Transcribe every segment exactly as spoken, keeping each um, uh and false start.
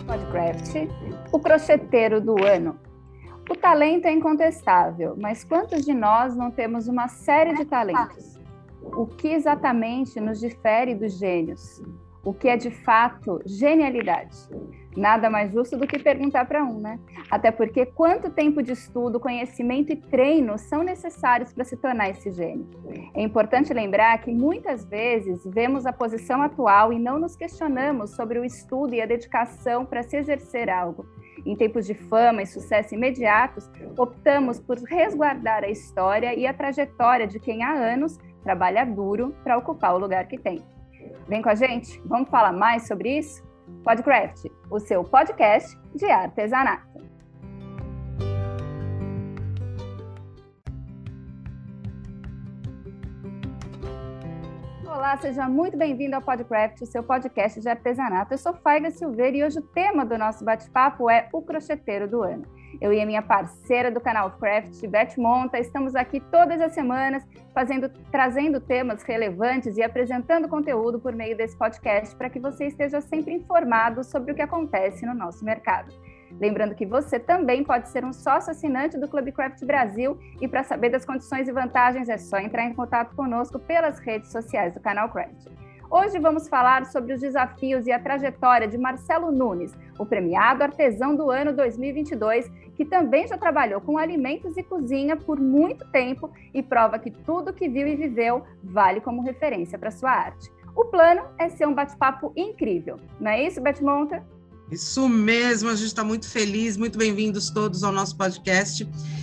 PodCraft, o crocheteiro do ano. O talento é incontestável, mas quantos de nós não temos uma série de talentos? O que exatamente nos difere dos gênios? O que é de fato genialidade? Nada mais justo do que perguntar para um, né? Até porque quanto tempo de estudo, conhecimento e treino são necessários para se tornar esse gênio? É importante lembrar que muitas vezes vemos a posição atual e não nos questionamos sobre o estudo e a dedicação para se exercer algo. Em tempos de fama e sucesso imediatos, optamos por resguardar a história e a trajetória de quem há anos trabalha duro para ocupar o lugar que tem. Vem com a gente? Vamos falar mais sobre isso? PodCraft, o seu podcast de artesanato. Olá, seja muito bem-vindo ao PodCraft, o seu podcast de artesanato. Eu sou Faiga Silveira e hoje o tema do nosso bate-papo é o crocheteiro do ano. Eu e a minha parceira do canal Craft, Beth Monta, estamos aqui todas as semanas fazendo, trazendo temas relevantes e apresentando conteúdo por meio desse podcast para que você esteja sempre informado sobre o que acontece no nosso mercado. Lembrando que você também pode ser um sócio assinante do Clube Craft Brasil e para saber das condições e vantagens é só entrar em contato conosco pelas redes sociais do canal Craft. Hoje vamos falar sobre os desafios e a trajetória de Marcelo Nunes, o premiado artesão do ano dois mil e vinte e dois, que também já trabalhou com alimentos e cozinha por muito tempo e prova que tudo que viu e viveu vale como referência para sua arte. O plano é ser um bate-papo incrível, não é isso, Beth Monta? Isso mesmo, a gente está muito feliz, muito bem-vindos todos ao nosso podcast.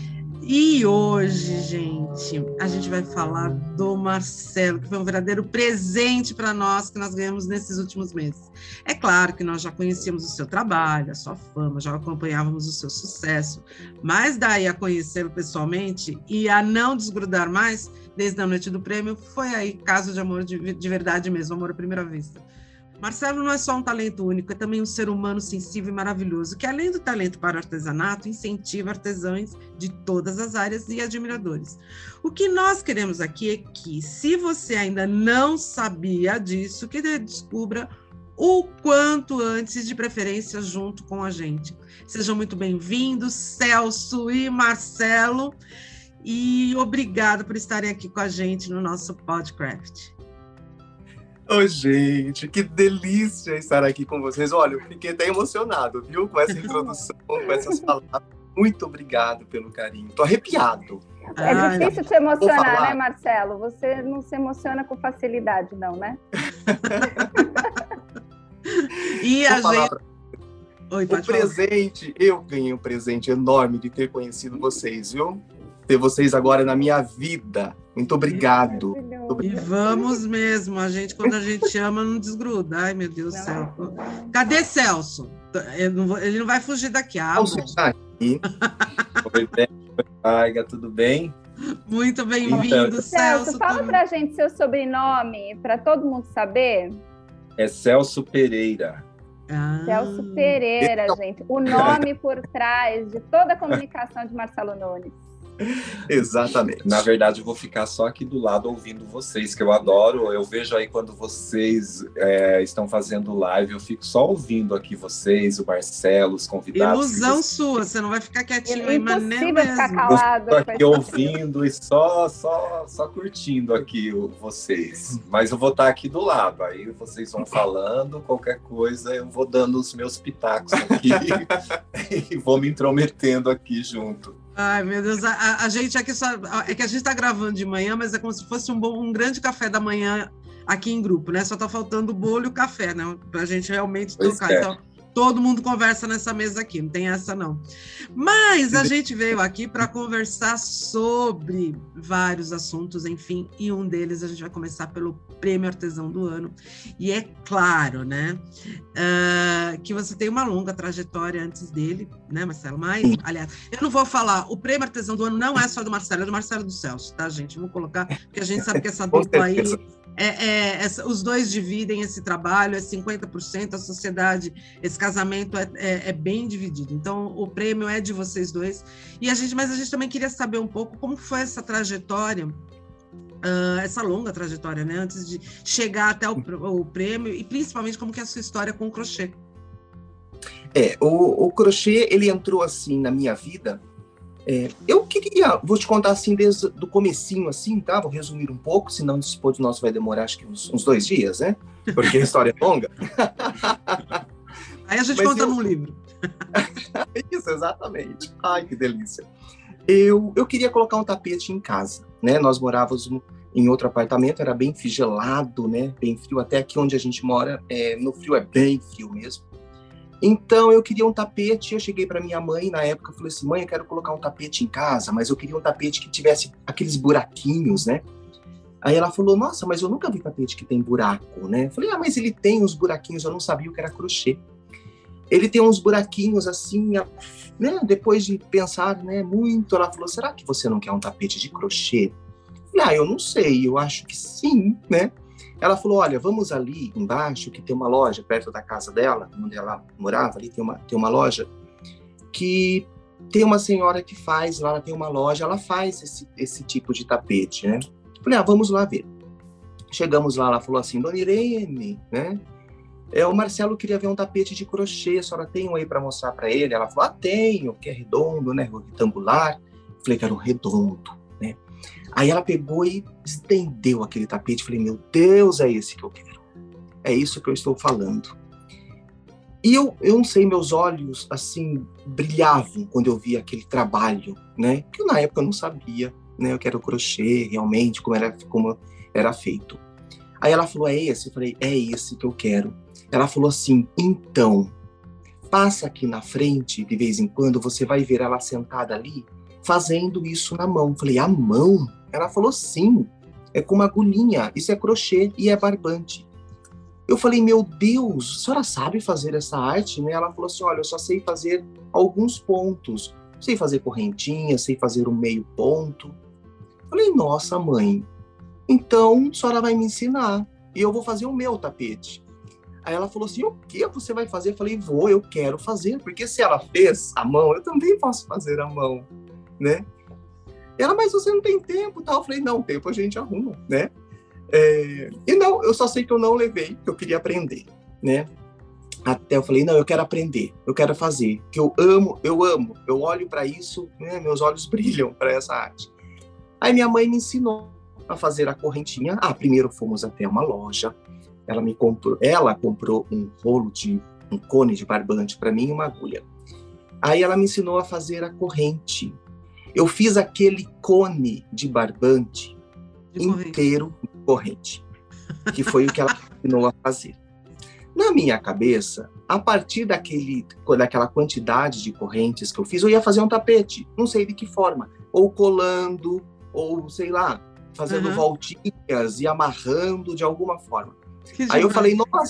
E hoje, gente, a gente vai falar do Marcelo, que foi um verdadeiro presente para nós que nós ganhamos nesses últimos meses. É claro que nós já conhecíamos o seu trabalho, a sua fama, já acompanhávamos o seu sucesso, mas daí a conhecê-lo pessoalmente e a não desgrudar mais, desde a noite do prêmio, foi aí caso de amor de, de verdade mesmo, amor à primeira vista. Marcelo não é só um talento único, é também um ser humano sensível e maravilhoso, que além do talento para o artesanato, incentiva artesãos de todas as áreas e admiradores. O que nós queremos aqui é que, se você ainda não sabia disso, que descubra o quanto antes, de preferência junto com a gente. Sejam muito bem-vindos, Celso e Marcelo, e obrigado por estarem aqui com a gente no nosso PodCraft. Oi, gente, que delícia estar aqui com vocês. Olha, eu fiquei até emocionado, viu, com essa introdução, com essas palavras. Muito obrigado pelo carinho. Tô arrepiado. É ah, difícil te emocionar, né, Marcelo? Você não se emociona com facilidade, não, né? E a gente... Pra... Oi, o presente, falar. Eu ganhei um presente enorme de ter conhecido vocês, viu? Ter vocês agora na minha vida. Muito obrigado. Muito obrigado. E vamos mesmo, a gente, quando a gente ama, não desgruda. Ai, meu Deus do céu. Cadê Celso? Ele não, vou, ele não vai fugir daqui. Ah, Celso está aqui. Oi, bem. Oi, tudo bem? Muito bem-vindo, então, Celso. Celso, fala pra gente seu sobrenome, para todo mundo saber. É Celso Pereira. Ah. Celso Pereira, gente. O nome por trás de toda a comunicação de Marcelo Nunes. Exatamente. Na verdade, eu vou ficar só aqui do lado ouvindo vocês, que eu adoro. Eu vejo aí quando vocês é, estão fazendo live, eu fico só ouvindo aqui vocês, o Marcelo, os convidados. Ilusão vocês... sua, você não vai ficar quietinho é aí, mas nem ficar calado. Eu estou aqui ouvindo e só, só, só curtindo aqui o, vocês. Mas eu vou estar aqui do lado, aí vocês vão falando, qualquer coisa, eu vou dando os meus pitacos aqui e vou me intrometendo aqui junto. Ai, meu Deus, a, a gente aqui só... É que a gente está gravando de manhã, mas é como se fosse um, bom, um grande café da manhã aqui em grupo, né? Só tá faltando o bolo e o café, né? Pra gente realmente trocar. É. Então, todo mundo conversa nessa mesa aqui, não tem essa não. Mas a gente veio aqui para conversar sobre vários assuntos, enfim, e um deles a gente vai começar pelo Prêmio Artesão do Ano. E é claro, né, uh, que você tem uma longa trajetória antes dele, né, Marcelo? Mas, aliás, eu não vou falar, o Prêmio Artesão do Ano não é só do Marcelo, é do Marcelo e do Celso, tá, gente? Vou colocar, porque a gente sabe que essa dupla aí... É, é, é, os dois dividem esse trabalho, é cinquenta por cento, a sociedade, esse casamento é, é, é bem dividido. Então, o prêmio é de vocês dois. E a gente, mas a gente também queria saber um pouco como foi essa trajetória, uh, essa longa trajetória, né? Antes de chegar até o, o prêmio, e principalmente como que é a sua história com o crochê. É, o, o crochê, ele entrou assim na minha vida. É, eu queria, vou te contar assim desde o comecinho, assim, tá? Vou resumir um pouco, senão esse podcast nosso vai demorar acho que uns, uns dois dias, né? Porque a história é longa. Aí a gente Mas conta eu... num livro. Isso, exatamente. Ai, que delícia. Eu, eu queria colocar um tapete em casa, né? Nós morávamos em outro apartamento, era bem gelado, né? Bem frio. Até aqui onde a gente mora, é, no frio é bem frio mesmo. Então, eu queria um tapete, eu cheguei para minha mãe, na época, eu falei assim, mãe, eu quero colocar um tapete em casa, mas eu queria um tapete que tivesse aqueles buraquinhos, né? Aí ela falou, nossa, mas eu nunca vi tapete que tem buraco, né? Eu falei, ah, mas ele tem uns buraquinhos, eu não sabia o que era crochê. Ele tem uns buraquinhos assim, né? Depois de pensar, né, muito, ela falou, será que você não quer um tapete de crochê? Eu falei, ah, eu não sei, eu acho que sim, né? Ela falou, olha, vamos ali embaixo, que tem uma loja perto da casa dela, onde ela morava, ali tem uma, tem uma loja, que tem uma senhora que faz, lá ela tem uma loja, ela faz esse, esse tipo de tapete, né? Falei, ah, vamos lá ver. Chegamos lá, ela falou assim, dona Irene, né? É, o Marcelo queria ver um tapete de crochê, a senhora tem um aí para mostrar para ele? Ela falou, ah, tenho, que é redondo, né, retangular. Falei que era um redondo, né? Aí ela pegou e estendeu aquele tapete. Falei, meu Deus, é esse que eu quero. É isso que eu estou falando. E eu, eu não sei, meus olhos, assim, brilhavam quando eu via aquele trabalho, né? Que na época eu não sabia, né? Eu quero crochê, realmente, como era, como era feito. Aí ela falou, é esse? Eu falei, é esse que eu quero. Ela falou assim, então, passa aqui na frente, de vez em quando, você vai ver ela sentada ali, fazendo isso na mão. Eu falei, a mão? Ela falou, sim, é com uma agulhinha, isso é crochê e é barbante. Eu falei, meu Deus, a senhora sabe fazer essa arte, né? Ela falou assim, olha, eu só sei fazer alguns pontos. Sei fazer correntinha, sei fazer um meio ponto. Eu falei, nossa, mãe, então a senhora vai me ensinar e eu vou fazer o meu tapete. Aí ela falou assim, o que você vai fazer? Eu falei, vou, eu quero fazer, porque se ela fez a mão, eu também posso fazer a mão, né? Ela, mas você não tem tempo, tal. Eu falei, não, tempo a gente arruma, né? É... E não, eu só sei que eu não levei, que eu queria aprender, né? Até eu falei, não, eu quero aprender, eu quero fazer, que eu amo, eu amo, eu olho para isso, né? Meus olhos brilham para essa arte. Aí minha mãe me ensinou a fazer a correntinha. Ah, primeiro fomos até uma loja, ela me comprou, ela comprou um rolo de, um cone de barbante para mim e uma agulha. Aí ela me ensinou a fazer a corrente. Eu fiz aquele cone de barbante de inteiro de corrente, que foi o que ela ensinou a fazer. Na minha cabeça, a partir daquele, daquela quantidade de correntes que eu fiz, eu ia fazer um tapete, não sei de que forma, ou colando, ou sei lá, fazendo uhum. voltinhas e amarrando de alguma forma. Aí eu falei, nossa!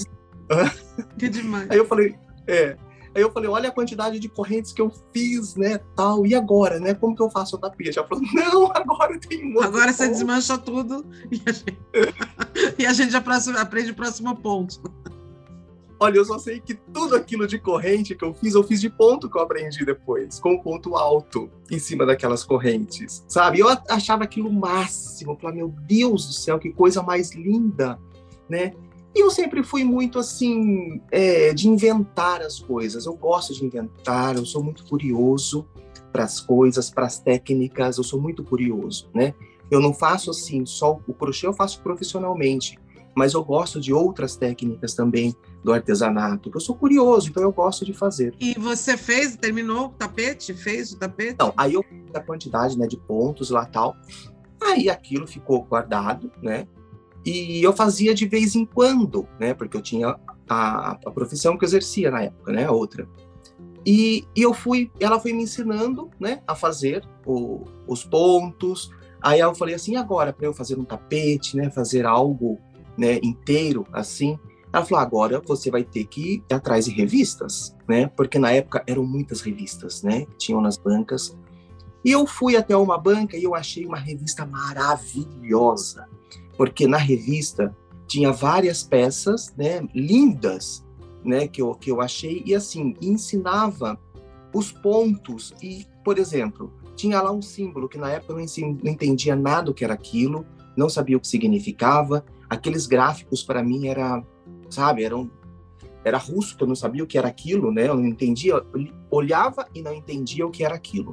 Que demais! Aí eu falei, é... Aí eu falei, olha a quantidade de correntes que eu fiz, né, tal, e agora, né, como que eu faço o tapete? Ela falou, não, agora tem um outro Agora ponto. Você desmancha tudo e a gente, e a gente já aprende o próximo ponto. Olha, eu só sei que tudo aquilo de corrente que eu fiz, eu fiz de ponto que eu aprendi depois, com um ponto alto em cima daquelas correntes, sabe? Eu achava aquilo o máximo, eu falava, meu Deus do céu, que coisa mais linda, né? E eu sempre fui muito, assim, é, de inventar as coisas. Eu gosto de inventar, eu sou muito curioso para as coisas, para as técnicas, eu sou muito curioso, né? Eu não faço, assim, só o crochê, eu faço profissionalmente, mas eu gosto de outras técnicas também do artesanato, porque eu sou curioso, então eu gosto de fazer. E você fez, terminou o tapete? Fez o tapete? Não, aí eu fiz a quantidade, né, de pontos lá e tal, aí aquilo ficou guardado, né? E eu fazia de vez em quando, né? Porque eu tinha a, a profissão que eu exercia na época, né? A outra. E, e eu fui, ela foi me ensinando, né? A fazer o, os pontos. Aí eu falei assim, agora para eu fazer um tapete, né? Fazer algo, né? Inteiro, assim. Ela falou, agora você vai ter que ir atrás de revistas, né? Porque na época eram muitas revistas, né? Que tinham nas bancas. E eu fui até uma banca e eu achei uma revista maravilhosa. Porque na revista tinha várias peças, né, lindas, né, que eu, que eu achei, e assim, ensinava os pontos, e, por exemplo, tinha lá um símbolo, que na época eu não, não entendia nada do que era aquilo, não sabia o que significava, aqueles gráficos para mim era, sabe, eram, era russo, que eu não sabia o que era aquilo, né? Eu não entendia, eu olhava e não entendia o que era aquilo.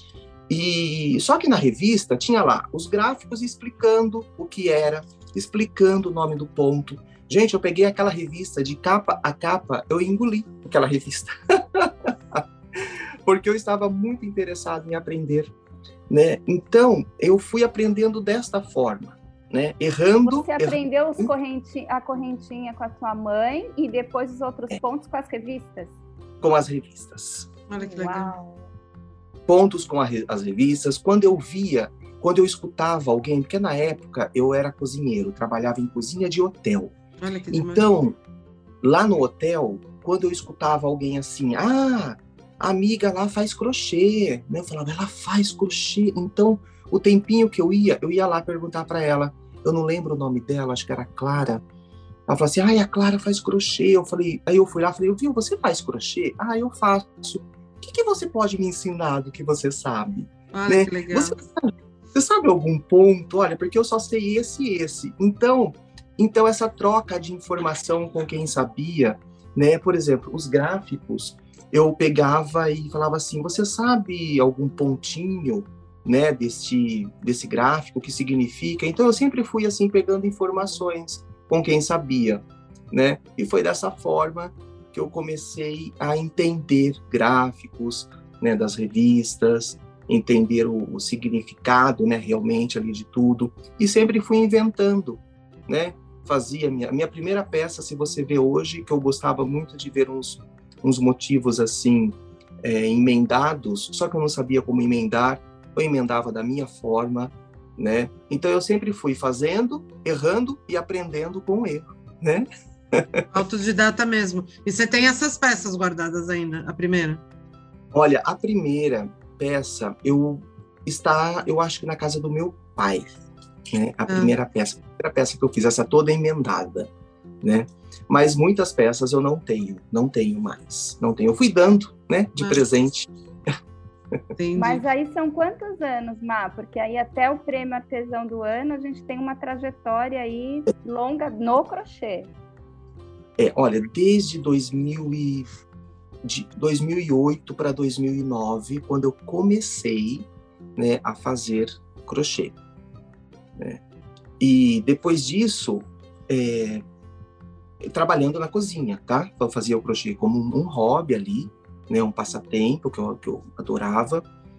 E só que na revista tinha lá os gráficos explicando o que era, explicando o nome do ponto. Gente, eu peguei aquela revista de capa a capa, eu engoli aquela revista. Porque eu estava muito interessado em aprender, né? Então, eu fui aprendendo desta forma, né? Errando... Você aprendeu os correnti a correntinha com a sua mãe e depois os outros é. pontos com as revistas? Com as revistas. Olha que legal. Uau. Pontos com a, as revistas. Quando eu via, quando eu escutava alguém, porque na época eu era cozinheiro, trabalhava em cozinha de hotel. Olha que então, lá no hotel, quando eu escutava alguém assim, ah, a amiga lá faz crochê, né? Eu falava, ela faz crochê. Então, o tempinho que eu ia, eu ia lá perguntar para ela, eu não lembro o nome dela, acho que era Clara. Ela falou assim, ah, a Clara faz crochê. Eu falei, aí eu fui lá, falei, viu, você faz crochê? Ah, eu faço. O que, que você pode me ensinar do que você sabe? Ah, né? que legal. Você sabe, você sabe algum ponto? Olha, porque eu só sei esse e esse. Então, então, essa troca de informação com quem sabia, né? Por exemplo, os gráficos, eu pegava e falava assim, você sabe algum pontinho, né, desse, desse gráfico, o que significa? Então, eu sempre fui assim, pegando informações com quem sabia, né? E foi dessa forma que eu comecei a entender gráficos, né, das revistas, entender o, o significado, né, realmente ali de tudo, e sempre fui inventando, né? Fazia minha, minha primeira peça, se você vê hoje, que eu gostava muito de ver uns, uns motivos assim, é, emendados, só que eu não sabia como emendar, eu emendava da minha forma, né? Então eu sempre fui fazendo, errando e aprendendo com o erro, né? Autodidata mesmo. E você tem essas peças guardadas ainda, a primeira? Olha, a primeira peça, eu está, eu acho que na casa do meu pai, né? A ah. primeira peça, a primeira peça que eu fiz, essa toda emendada, né? Mas muitas peças eu não tenho, não tenho mais, não tenho. Eu fui dando, né, de ah. presente. Entendi. Mas aí são quantos anos, Má? Porque aí até o prêmio artesão do ano, a gente tem uma trajetória aí longa no crochê. É, olha, desde dois mil e, de dois mil e oito para dois mil e nove, quando eu comecei, né, a fazer crochê, né? E depois disso, é, trabalhando na cozinha, tá? Eu fazia o crochê como um, um hobby ali, né, um passatempo que eu, que eu adorava.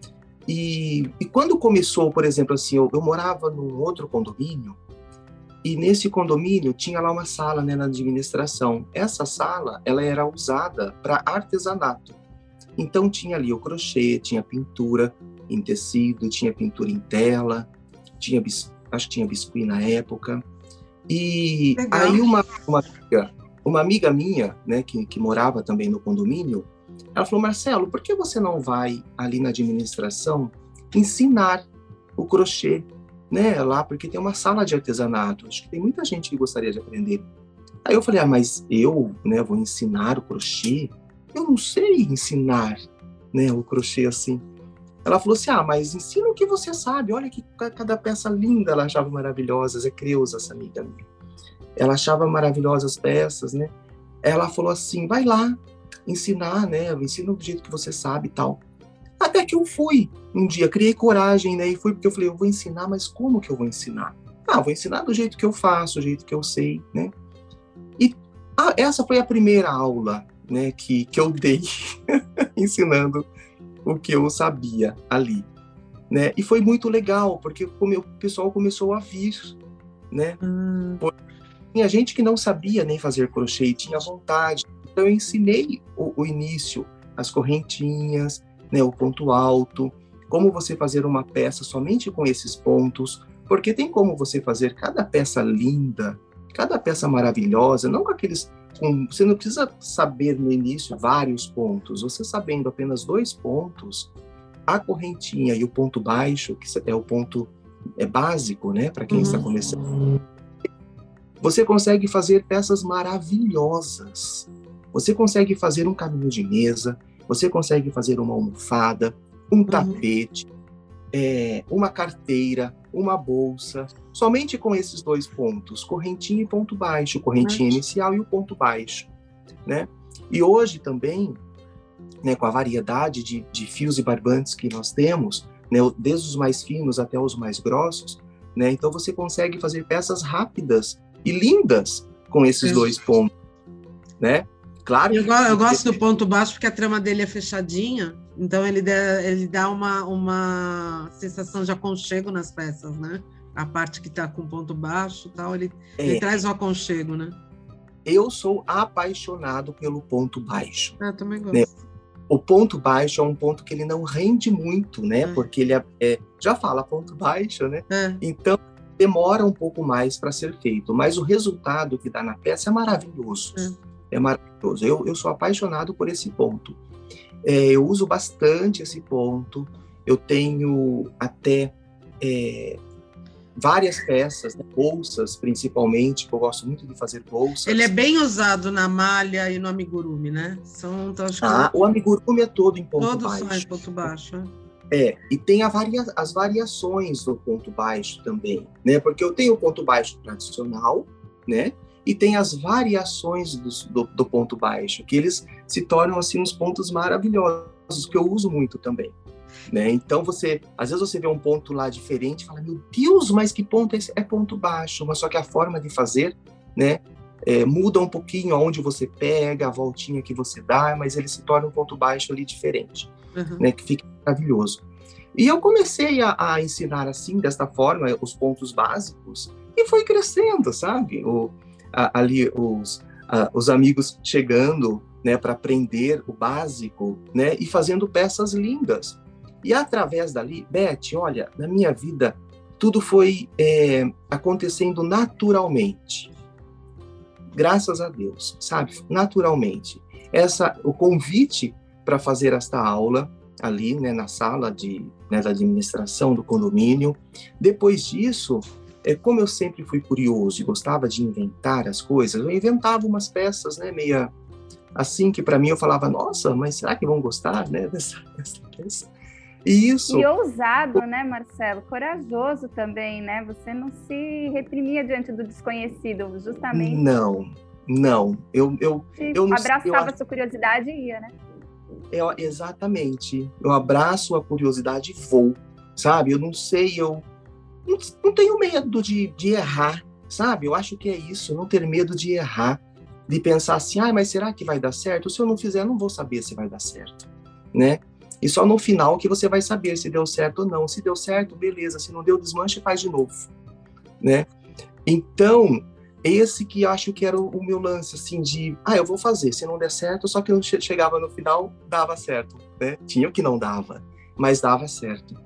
E, e quando começou, por exemplo, assim, eu, eu morava num outro condomínio, e nesse condomínio tinha lá uma sala, né, na administração. Essa sala, ela era usada para artesanato. Então tinha ali o crochê, tinha pintura em tecido, tinha pintura em tela, tinha, acho que tinha biscuit na época. E legal. Aí uma, uma, amiga, uma amiga minha, né, que, que morava também no condomínio, ela falou, Marcelo, por que você não vai ali na administração ensinar o crochê, né, lá, porque tem uma sala de artesanato, acho que tem muita gente que gostaria de aprender. Aí eu falei, ah, mas eu, né, vou ensinar o crochê? Eu não sei ensinar, né, o crochê assim. Ela falou assim, ah, mas ensina o que você sabe, olha que cada peça linda, ela achava maravilhosas, é Creuza, essa amiga minha. Ela achava maravilhosas as peças, né. Ela falou assim, vai lá ensinar, né, ensina do jeito que você sabe e tal. Até que eu fui um dia, criei coragem, né, e fui porque eu falei, eu vou ensinar, mas como que eu vou ensinar? Ah, vou ensinar do jeito que eu faço, do jeito que eu sei, né. E ah, essa foi a primeira aula, né, que, que eu dei, ensinando o que eu sabia ali, né, e foi muito legal, porque o pessoal começou a vir, né, hum. Tinha gente que não sabia nem fazer crochê, tinha vontade, então eu ensinei o, o início, as correntinhas, né, o ponto alto, como você fazer uma peça somente com esses pontos, porque tem como você fazer cada peça linda, cada peça maravilhosa, não com aqueles... Com, você não precisa saber no início vários pontos, você sabendo apenas dois pontos, a correntinha e o ponto baixo, que é o ponto é básico, né, para quem uhum. está começando, você consegue fazer peças maravilhosas. Você consegue fazer um caminho de mesa, você consegue fazer uma almofada, um uhum. tapete, é, uma carteira, uma bolsa, somente com esses dois pontos, correntinha e ponto baixo, correntinha uhum. inicial e o ponto baixo, né? E hoje também, né, com a variedade de, de fios e barbantes que nós temos, né, desde os mais finos até os mais grossos, né, então você consegue fazer peças rápidas e lindas com esses Sim. dois pontos, né? Claro. Eu, que... eu gosto do ponto baixo porque a trama dele é fechadinha, então ele dá, ele dá uma, uma sensação de aconchego nas peças, né? A parte que está com ponto baixo, tal, ele, é. ele traz o aconchego, né? Eu sou apaixonado pelo ponto baixo. Eu também gosto. Né? O ponto baixo é um ponto que ele não rende muito, né? É. Porque ele é, é, já fala ponto baixo, né? É. Então demora um pouco mais para ser feito, mas o resultado que dá na peça é maravilhoso. É. É maravilhoso. Eu, eu sou apaixonado por esse ponto. É, eu uso bastante esse ponto. Eu tenho até é, várias peças, né? Bolsas principalmente, que eu gosto muito de fazer bolsas. Ele é bem usado na malha e no amigurumi, né? São, então, acho que ah, o amigurumi é todo em ponto todo baixo. Todo só em ponto baixo. É, e tem a varia, as variações do ponto baixo também, né? Porque eu tenho o ponto baixo tradicional, né? E tem as variações do, do, do ponto baixo, que eles se tornam, assim, uns pontos maravilhosos, que eu uso muito também, né? Então, você, às vezes você vê um ponto lá diferente e fala, meu Deus, mas que ponto é esse? É ponto baixo, mas só que a forma de fazer, né, é, muda um pouquinho aonde você pega, a voltinha que você dá, mas ele se torna um ponto baixo ali diferente, uhum. né, que fica maravilhoso. E eu comecei a, a ensinar assim, desta forma, os pontos básicos, e foi crescendo, sabe? O, ali os, uh, os amigos chegando, né, para aprender o básico, né, e fazendo peças lindas. E através dali, Beth, olha, na minha vida, tudo foi é, acontecendo naturalmente. Graças a Deus, sabe? Naturalmente. Essa, o convite para fazer esta aula ali, né, na sala de, né, da administração do condomínio. Depois disso, É, como eu sempre fui curioso e gostava de inventar as coisas, eu inventava umas peças, né, meia assim, que para mim eu falava, nossa, mas será que vão gostar, né, dessa, dessa peça? E isso... E ousado, né, Marcelo? Corajoso também, né? Você não se reprimia diante do desconhecido, justamente. Não, não. Eu, eu, eu não, abraçava eu, a sua curiosidade e ia, né? Eu, exatamente. Eu abraço a curiosidade e vou, sabe? Eu não sei, eu... Não, não tenho medo de, de errar, sabe? Eu acho que é isso, não ter medo de errar, de pensar assim, ah, mas será que vai dar certo? Se eu não fizer, eu não vou saber se vai dar certo, né? E só no final que você vai saber se deu certo ou não. Se deu certo, beleza. Se não deu, desmancha e faz de novo, né? Então, esse que eu acho que era o, o meu lance, assim, de, ah, eu vou fazer, se não der certo, só que eu che- chegava no final, dava certo, né? Tinha o que não dava, mas dava certo.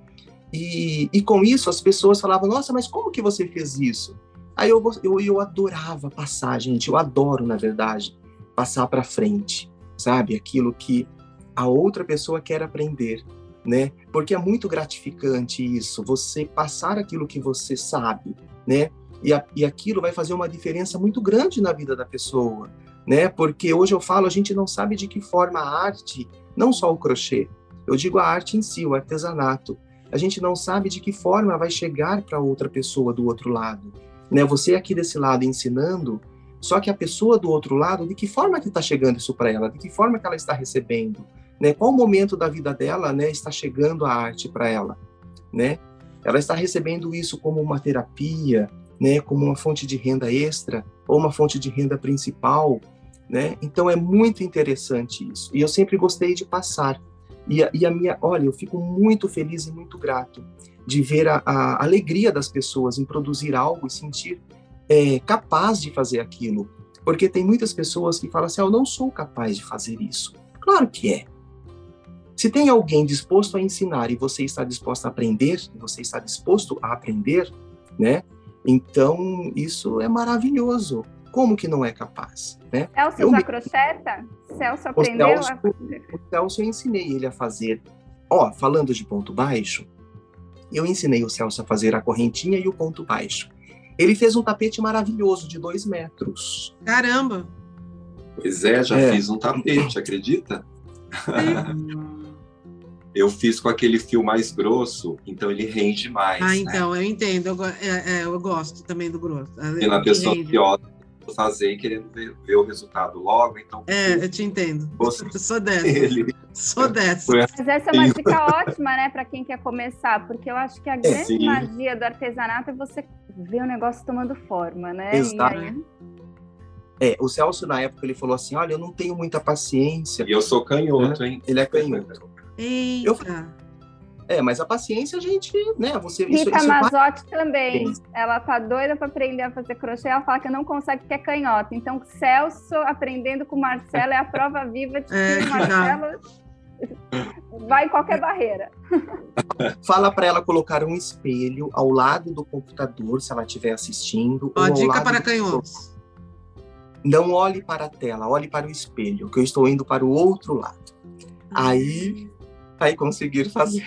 E, e com isso as pessoas falavam, nossa, mas como que você fez isso? Aí eu, eu, eu adorava passar, gente, eu adoro, na verdade, passar para frente, sabe? Aquilo que a outra pessoa quer aprender, né? Porque é muito gratificante isso, você passar aquilo que você sabe, né? E, a, e aquilo vai fazer uma diferença muito grande na vida da pessoa, né? Porque hoje eu falo, a gente não sabe de que forma a arte, não só o crochê, eu digo a arte em si, o artesanato, a gente não sabe de que forma vai chegar para outra pessoa do outro lado, né? Você aqui desse lado ensinando, só que a pessoa do outro lado, de que forma que está chegando isso para ela? De que forma que ela está recebendo? Né? Qual momento da vida dela, né, está chegando a arte para ela? Né? Ela está recebendo isso como uma terapia, né, como uma fonte de renda extra ou uma fonte de renda principal, né? Então é muito interessante isso. E eu sempre gostei de passar. E a, e a minha, olha, eu fico muito feliz e muito grato de ver a, a alegria das pessoas em produzir algo e sentir é, capaz de fazer aquilo. Porque tem muitas pessoas que falam assim, ah, eu não sou capaz de fazer isso. Claro que é. Se tem alguém disposto a ensinar e você está disposto a aprender, você está disposto a aprender, né? Então, isso é maravilhoso. Como que não é capaz, né? Celso já me... crocheta? Celso aprendeu o Celso, a fazer? O Celso eu ensinei ele a fazer. Ó, falando de ponto baixo, eu ensinei o Celso a fazer a correntinha e o ponto baixo. Ele fez um tapete maravilhoso de dois metros. Caramba! Pois é, já é. fiz um tapete, acredita? Eu fiz com aquele fio mais grosso, então ele rende mais. Ah, então, né? eu entendo. Eu, é, é, eu gosto também do grosso. E na pessoa pior, fazer e querendo ver, ver o resultado logo, então... É, eu te entendo. Eu sou dessa. Ele... Sou dessa. Mas essa é uma dica ótima, né, para quem quer começar, porque eu acho que a grande Sim. magia do artesanato é você ver o negócio tomando forma, né? Exato. E aí... É, o Celso, na época, ele falou assim, olha, eu não tenho muita paciência. E eu sou canhoto, hein? Ele é canhoto. Eita. Eu... É, mas a paciência, a gente, né, você... Rita isso, Mazotti isso... também, ela tá doida para aprender a fazer crochê, ela fala que não consegue porque é canhota. Então, Celso aprendendo com o Marcelo é a prova viva de que É, o Marcelo vai em qualquer barreira. Fala para ela colocar um espelho ao lado do computador, se ela estiver assistindo. Ó, ou ao dica lado para do... canhotos. Não olhe para a tela, olhe para o espelho, que eu estou indo para o outro lado. Ah. Aí... Aí conseguir fazer.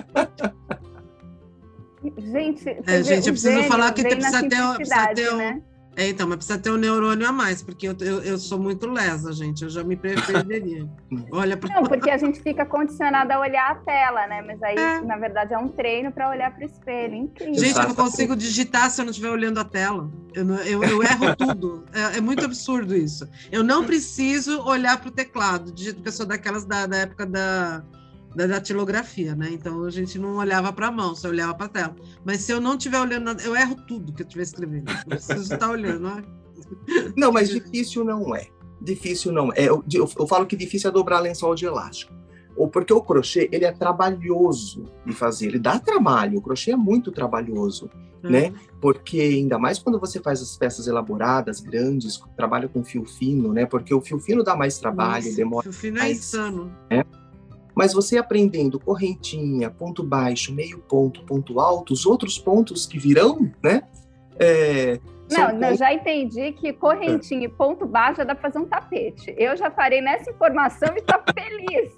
Gente, é, gente, eu preciso falar que precisa ter, precisa ter um... né? É, então, mas precisa ter um neurônio a mais, porque eu, eu, eu sou muito lesa, gente. Eu já me perderia. Olha pra... Não, porque a gente fica condicionada a olhar a tela, né? Mas aí, é. na verdade, é um treino para olhar para o espelho. Incrível. Gente, eu não consigo digitar se eu não estiver olhando a tela. Eu, não, eu, eu erro tudo. É, é muito absurdo isso. Eu não preciso olhar para o teclado, digito, porque eu sou daquelas da, da época da... da datilografia, né? Então a gente não olhava para a mão, só olhava para a tela. Mas se eu não estiver olhando, eu erro tudo que eu estiver escrevendo. Eu preciso estar olhando, não é? Não, mas difícil não é. Difícil não é. Eu, eu, eu falo que difícil é dobrar lençol de elástico. Ou porque o crochê, ele é trabalhoso de fazer. Ele dá trabalho. O crochê é muito trabalhoso, uhum. né? Porque ainda mais quando você faz as peças elaboradas, grandes, trabalha com fio fino, né? Porque o fio fino dá mais trabalho, Nossa, demora. O fio fino é mais, insano. Né? Mas você aprendendo correntinha, ponto baixo, meio ponto, ponto alto, os outros pontos que virão, né? É, não, pontos... eu já entendi que correntinha e ponto baixo já dá para fazer um tapete. Eu já parei nessa informação e estou feliz.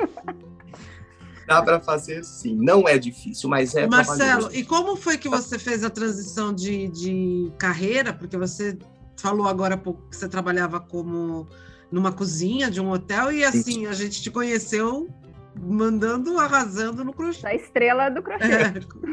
Dá para fazer sim. Não é difícil, mas é Marcelo, trabalhoso. E como foi que você fez a transição de, de carreira? Porque você falou agora há pouco que você trabalhava como... numa cozinha de um hotel, e assim, a gente te conheceu mandando, arrasando no crochê. A estrela do crochê. É.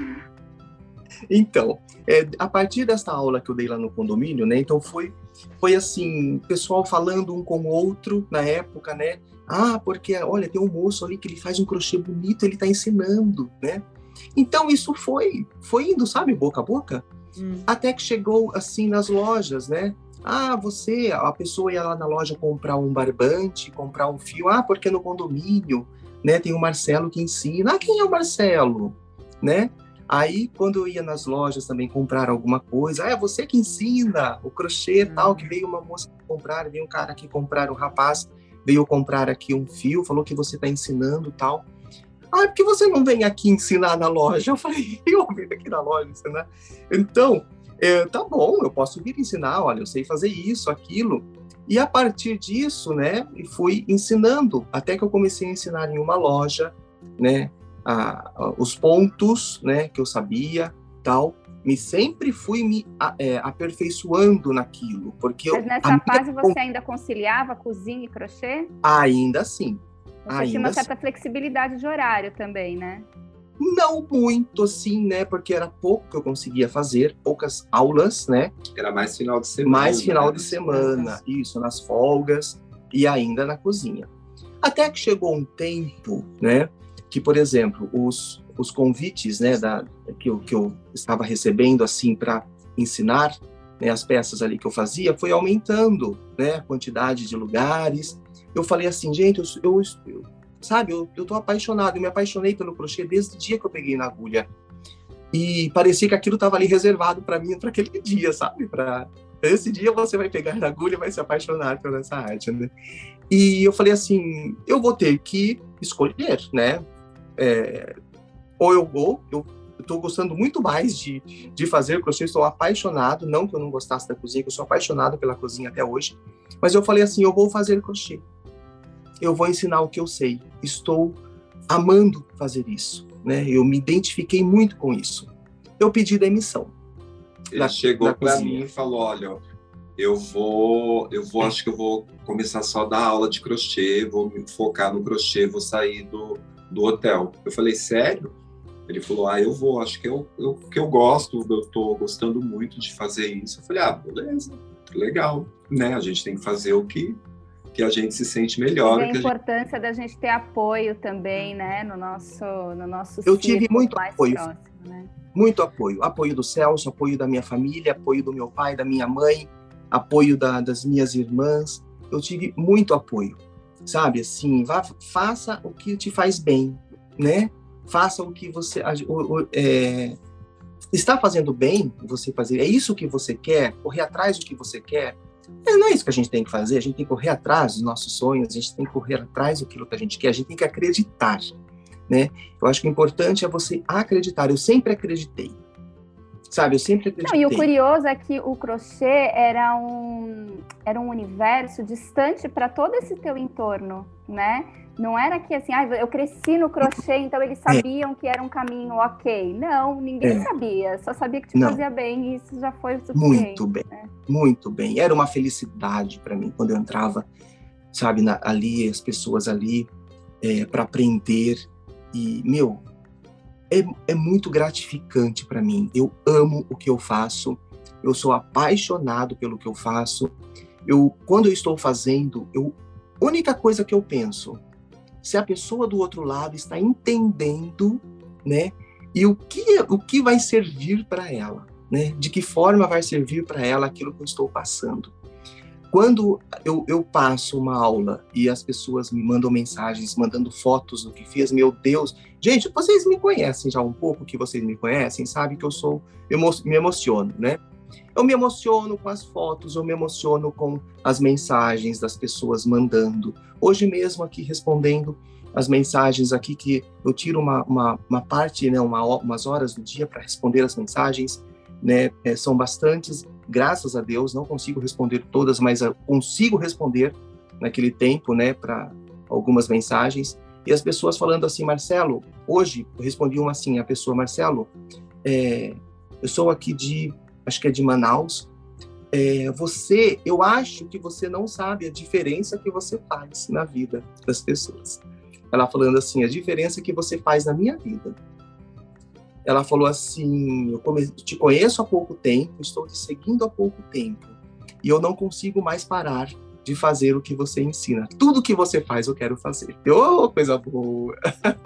Então, é, a partir dessa aula que eu dei lá no condomínio, né, então foi, foi assim, pessoal falando um com o outro na época, né, ah, porque, olha, tem um moço ali que ele faz um crochê bonito, ele tá ensinando, né, então isso foi, foi indo, sabe, boca a boca, hum. até que chegou, assim, nas lojas, né, ah, você, a pessoa ia lá na loja comprar um barbante, comprar um fio, ah, porque no condomínio, né, tem o Marcelo que ensina. Ah, quem é o Marcelo? Né? Aí, quando eu ia nas lojas também comprar alguma coisa, ah, é você que ensina o crochê e tal, que veio uma moça comprar, veio um cara aqui comprar, um rapaz veio comprar aqui um fio, falou que você está ensinando e tal. Ah, por que você não vem aqui ensinar na loja? Eu falei, eu vim aqui na loja ensinar. Então... É, tá bom, eu posso vir ensinar, olha, eu sei fazer isso, aquilo. E a partir disso, né, fui ensinando, até que eu comecei a ensinar em uma loja, né, a, a, os pontos, né, que eu sabia, tal. Me sempre fui me a, é, aperfeiçoando naquilo, porque Mas eu, nessa fase minha... você ainda conciliava cozinha e crochê? Ainda sim. Você ainda tinha uma certa assim. flexibilidade de horário também, né? Não muito, assim, né? Porque era pouco que eu conseguia fazer, poucas aulas, né? Era mais final de semana. Mais final né? de semana, isso, nas folgas e ainda na cozinha. Até que chegou um tempo, né? Que, por exemplo, os, os convites, né? Da, que, eu, que eu estava recebendo, assim, para ensinar, né, as peças ali que eu fazia, foi aumentando, né? A quantidade de lugares. Eu falei assim, gente, eu... eu, eu sabe, eu, eu tô apaixonado, eu me apaixonei pelo crochê desde o dia que eu peguei na agulha. E parecia que aquilo estava ali reservado para mim, para aquele dia, sabe? Para esse dia você vai pegar na agulha e vai se apaixonar por essa arte, né? E eu falei assim, eu vou ter que escolher, né? É, ou eu vou, eu estou gostando muito mais de, de fazer crochê, estou apaixonado, não que eu não gostasse da cozinha, que eu sou apaixonado pela cozinha até hoje, mas eu falei assim, eu vou fazer crochê. Eu vou ensinar o que eu sei. Estou amando fazer isso, né? Eu me identifiquei muito com isso. Eu pedi demissão. Ele da, chegou para mim e falou, olha, eu vou, eu vou, acho que eu vou começar só a dar aula de crochê, vou me focar no crochê, vou sair do, do hotel. Eu falei, sério? Ele falou, ah, eu vou, acho que eu, eu, que eu gosto, eu estou gostando muito de fazer isso. Eu falei, ah, beleza. legal, né? A gente tem que fazer o que, que a gente se sente melhor. E a que importância a gente... da gente ter apoio também, né? No nosso, no nosso Eu tive muito mais apoio. próximo, né? Muito apoio. Apoio do Celso, apoio da minha família, apoio do meu pai, da minha mãe, apoio da, das minhas irmãs. Eu tive muito apoio, sabe? Assim, vá, faça o que te faz bem, né? Faça o que você... O, o, é, está fazendo bem você fazer, é isso que você quer, correr atrás do que você quer. É, não é isso que a gente tem que fazer, a gente tem que correr atrás dos nossos sonhos, a gente tem que correr atrás daquilo que a gente quer, a gente tem que acreditar, né? Eu acho que o importante é você acreditar. Eu sempre acreditei, sabe? Eu sempre acreditei. Não, e o curioso é que o crochê era um, era um universo distante para todo esse teu entorno, né? Não era que assim, ah, eu cresci no crochê, então eles sabiam é. que era um caminho ok. Não, ninguém é. sabia, só sabia que te Não. fazia bem e isso já foi o suficiente. Muito bem, né? muito bem. Era uma felicidade para mim quando eu entrava, sabe, na, ali, as pessoas ali, é, para aprender. E, meu, é, é muito gratificante para mim. Eu amo o que eu faço, eu sou apaixonado pelo que eu faço. Eu, quando eu estou fazendo, eu, a única coisa que eu penso, se a pessoa do outro lado está entendendo, né, e o que, o que vai servir para ela, né, de que forma vai servir para ela aquilo que eu estou passando. Quando eu, eu passo uma aula e as pessoas me mandam mensagens, mandando fotos do que fiz, meu Deus, gente, vocês me conhecem já um pouco, que vocês me conhecem, sabem que eu sou, eu me emociono, né? Eu me emociono com as fotos, eu me emociono com as mensagens das pessoas mandando. Hoje mesmo aqui respondendo as mensagens aqui, que eu tiro uma, uma, uma parte, né, uma, umas horas do dia para responder as mensagens, né, é, são bastantes, graças a Deus, não consigo responder todas, mas eu consigo responder naquele tempo, né, para algumas mensagens. E as pessoas falando assim, Marcelo, hoje eu respondi uma assim, a pessoa, Marcelo, é, eu sou aqui de... acho que é de Manaus, é, você, eu acho que você não sabe a diferença que você faz na vida das pessoas. Ela falando assim, a diferença que você faz na minha vida. Ela falou assim, eu come, te conheço há pouco tempo, estou te seguindo há pouco tempo, e eu não consigo mais parar de fazer o que você ensina. Tudo que você faz, eu quero fazer. Oh, coisa boa!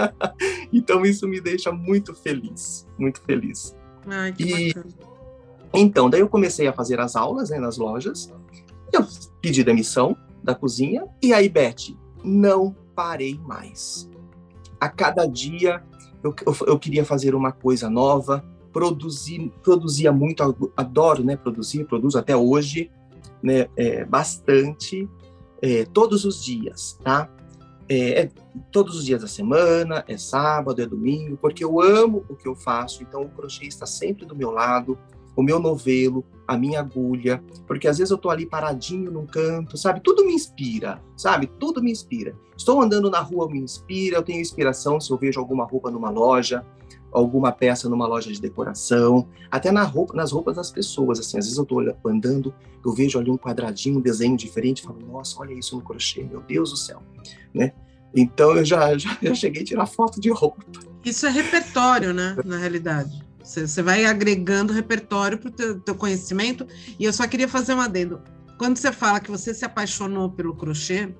Então, isso me deixa muito feliz, muito feliz. Ai, que e, bacana. Então, daí eu comecei a fazer as aulas, né, nas lojas. Eu pedi demissão da cozinha. E aí, Beth, não parei mais. A cada dia eu, eu, eu queria fazer uma coisa nova. Produzir, produzia muito, adoro, né, produzir, produzo até hoje, né, é, bastante, é, todos os dias, tá? É, é, todos os dias da semana, é sábado, é domingo, porque eu amo o que eu faço. Então, o crochê está sempre do meu lado. O meu novelo, a minha agulha, porque às vezes eu tô ali paradinho num canto, sabe? Tudo me inspira, sabe? Tudo me inspira. Estou andando na rua, me inspira, eu tenho inspiração se eu vejo alguma roupa numa loja, alguma peça numa loja de decoração, até na roupa, nas roupas das pessoas, assim, às vezes eu tô andando, eu vejo ali um quadradinho, um desenho diferente, falo, nossa, olha isso no crochê, meu Deus do céu, né? Então eu já, já, já cheguei a tirar foto de roupa. Isso é repertório, né, na realidade. Você vai agregando repertório para o teu, teu conhecimento. E eu só queria fazer um adendo. Quando você fala que você se apaixonou pelo crochê,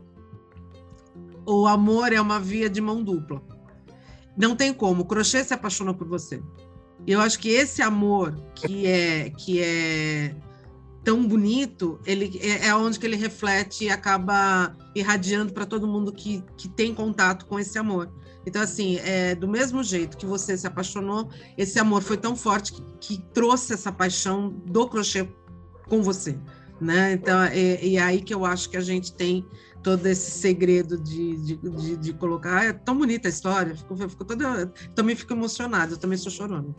o amor é uma via de mão dupla. Não tem como. O crochê se apaixonou por você. E eu acho que esse amor que é, que é tão bonito, ele, é, é onde que ele reflete e acaba irradiando para todo mundo que, que tem contato com esse amor. Então, assim, é, do mesmo jeito que você se apaixonou, esse amor foi tão forte que, que trouxe essa paixão do crochê com você, né? Então, é, é aí que eu acho que a gente tem todo esse segredo de, de, de, de colocar. Ah, é tão bonita a história, fico, fico toda, também fico emocionada, eu também sou chorona.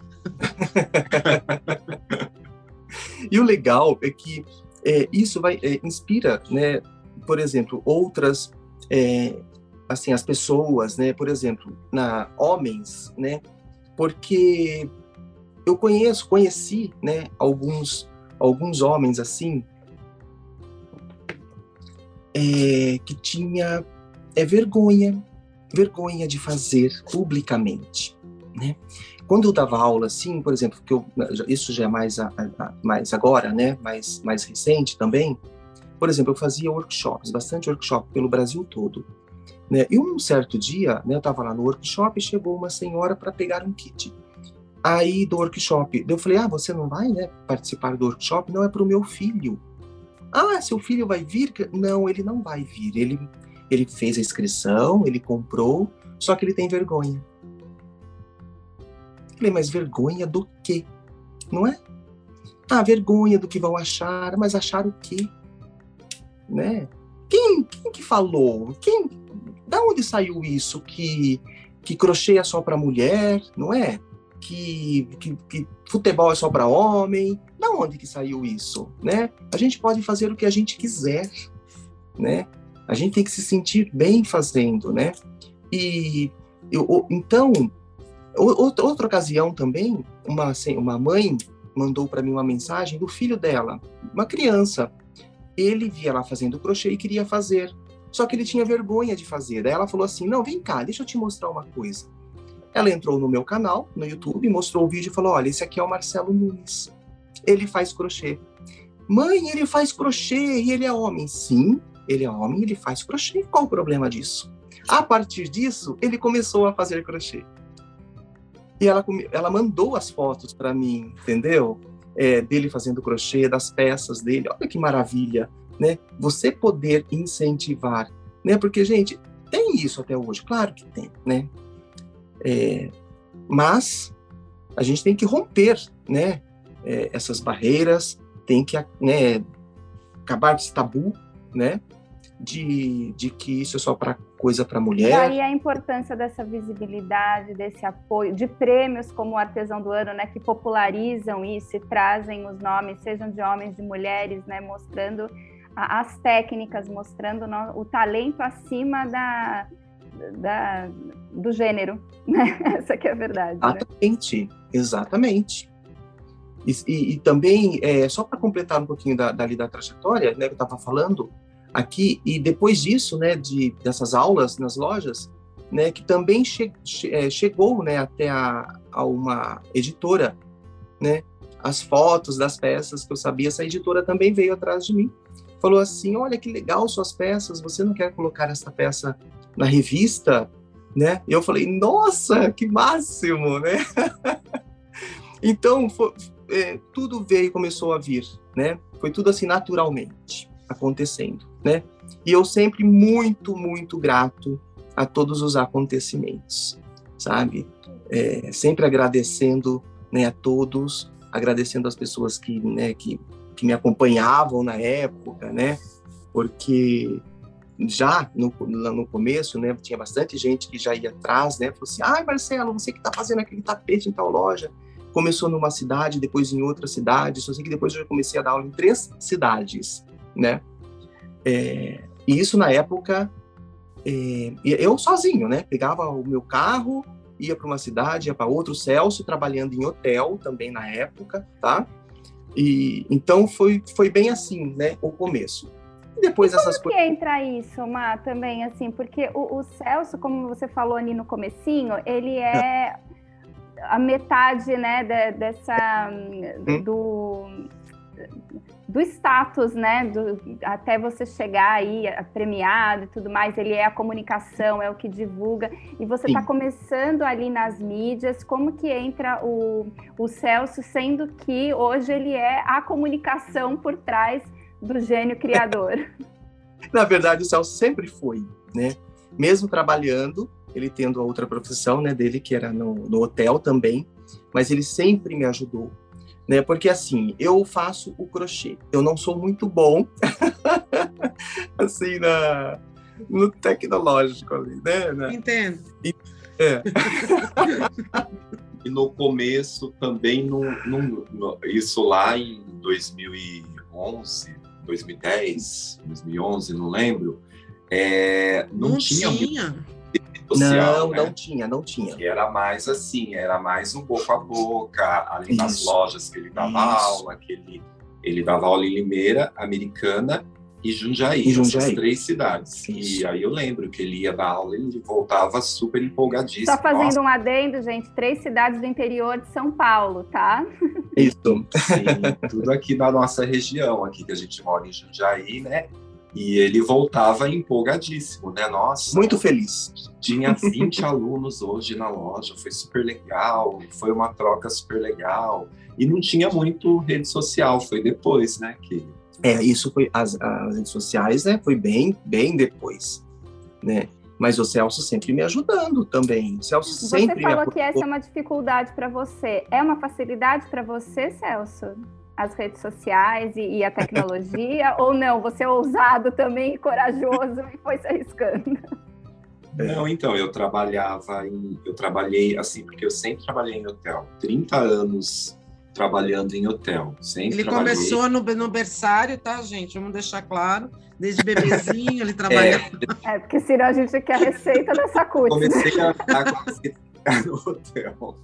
E o legal é que é, isso vai, é, inspira, né? Por exemplo, outras... É, assim, as pessoas, né, por exemplo, na homens, né, porque eu conheço, conheci, né, alguns, alguns homens, assim, é, que tinha é, vergonha, vergonha de fazer publicamente, né? Quando eu dava aula, assim, por exemplo, que eu, isso já é mais, a, a, mais agora, né? Mais, mais recente também. Por exemplo, eu fazia workshops, bastante workshop pelo Brasil todo, né? E um certo dia, né, eu estava lá no workshop e chegou uma senhora para pegar um kit. Aí do workshop, eu falei, ah, você não vai, né, participar do workshop? Não, é para o meu filho. Ah, seu filho vai vir? Não, ele não vai vir. Ele, ele fez a inscrição, ele comprou, só que ele tem vergonha. Eu falei, mas vergonha do quê? Não é? Ah, vergonha do que vão achar, mas achar o quê? Né? Quem, quem que falou? Quem, da onde saiu isso? Que, que crochê é só para mulher, não é? Que, que, que futebol é só para homem? Da onde que saiu isso? Né? A gente pode fazer o que a gente quiser, né? A gente tem que se sentir bem fazendo, né? E eu, então, outra, outra ocasião também, uma, uma mãe mandou para mim uma mensagem do filho dela, uma criança. Ele via lá fazendo crochê e queria fazer, só que ele tinha vergonha de fazer. Daí ela falou assim, não, vem cá, deixa eu te mostrar uma coisa. Ela entrou no meu canal, no YouTube, mostrou o vídeo e falou, olha, esse aqui é o Marcelo Nunes, ele faz crochê. Mãe, ele faz crochê e ele é homem. Sim, ele é homem, ele faz crochê, qual o problema disso? A partir disso, ele começou a fazer crochê. E ela, ela mandou as fotos para mim, entendeu? É, dele fazendo crochê, das peças dele, olha que maravilha, né? Você poder incentivar, né? Porque, gente, tem isso até hoje, claro que tem, né? É, mas a gente tem que romper, né? É, essas barreiras, tem que, né, acabar com esse tabu, né? De, de que isso é só para coisa para mulher. E aí a importância dessa visibilidade, desse apoio, de prêmios como o Artesão do Ano, né, que popularizam isso e trazem os nomes, sejam de homens, de mulheres, né, mostrando a, as técnicas, mostrando no, o talento acima da, da, do gênero, né? Essa que é a verdade. Exatamente, né? exatamente. E, e, e também, é, só para completar um pouquinho da, dali da trajetória, né, que eu estava falando, aqui, e depois disso, né, de, dessas aulas nas lojas, né, que também che, che, chegou, né, até a, a uma editora, né, as fotos das peças que eu sabia, essa editora também veio atrás de mim, falou assim, olha que legal suas peças, você não quer colocar essa peça na revista, né, e eu falei, nossa, que máximo, né, então, foi, é, tudo veio, começou a vir, né, foi tudo assim naturalmente acontecendo, né? E eu sempre muito, muito grato a todos os acontecimentos, sabe? É, sempre agradecendo, né, a todos, agradecendo as pessoas que, né, que, que me acompanhavam na época, né? Porque já no, no começo, né, tinha bastante gente que já ia atrás, né? Falou assim, ai, Marcelo, você que tá fazendo aquele tapete em tal loja. Começou numa cidade, depois em outra cidade, só sei que depois eu já comecei a dar aula em três cidades, né? É, e isso na época, é, eu sozinho, né? Pegava o meu carro, ia para uma cidade, ia para outra, o Celso trabalhando em hotel também na época, tá? E então foi, foi bem assim, né? O começo. E depois e como essas que coisas. Entra isso, Má, também assim, porque o, o Celso, como você falou ali no comecinho, ele é a metade, né, de, dessa hum. do do status, né, do, até você chegar aí a premiado e tudo mais, ele é a comunicação, é o que divulga, e você está começando ali nas mídias, como que entra o, o Celso, sendo que hoje ele é a comunicação por trás do gênio criador? Na verdade, o Celso sempre foi, né, mesmo trabalhando, ele tendo a outra profissão, né, dele, que era no, no hotel também, mas ele sempre me ajudou, né? Porque assim, eu faço o crochê, eu não sou muito bom assim na no tecnológico ali, né? Na... Entendo. E, é. E no começo também no, no, no, isso lá em dois mil e onze, dois mil e dez, dois mil e onze, não lembro, é, não, não tinha, tinha. Social, não, né? não tinha, não tinha. E era mais assim, era mais um boca a boca, ali nas Isso. lojas que ele dava Isso. aula, que ele, ele dava aula em Limeira, Americana, E Jundiaí, e Jundiaí. essas três cidades. Isso. E aí eu lembro que ele ia dar aula, ele voltava super empolgadíssimo. Só fazendo Nossa, um adendo, gente, três cidades do interior de São Paulo, tá? Isso. sim, tudo aqui da nossa região, aqui que a gente mora em Jundiaí, né? E ele voltava empolgadíssimo, né? Nossa, Muito feliz. tinha vinte alunos hoje na loja, foi super legal, foi uma troca super legal. E não tinha muito rede social, foi depois, né? Que... É, isso foi, as, as redes sociais, né, foi bem, bem depois, né? Mas o Celso sempre me ajudando também. O Celso Você sempre falou me que essa é uma dificuldade para você. É uma facilidade para você, Celso? As redes sociais e, e a tecnologia? Ou não? Você é ousado também, corajoso e foi se arriscando? Não, então, eu trabalhava em... Eu trabalhei, assim, porque eu sempre trabalhei em hotel. trinta anos trabalhando em hotel. Sempre Ele trabalhei. começou no, no berçário, tá, gente? Vamos deixar claro. Desde bebezinho ele trabalhava. É, porque senão a gente quer a receita dessa cutis. Comecei a, a ficar no hotel.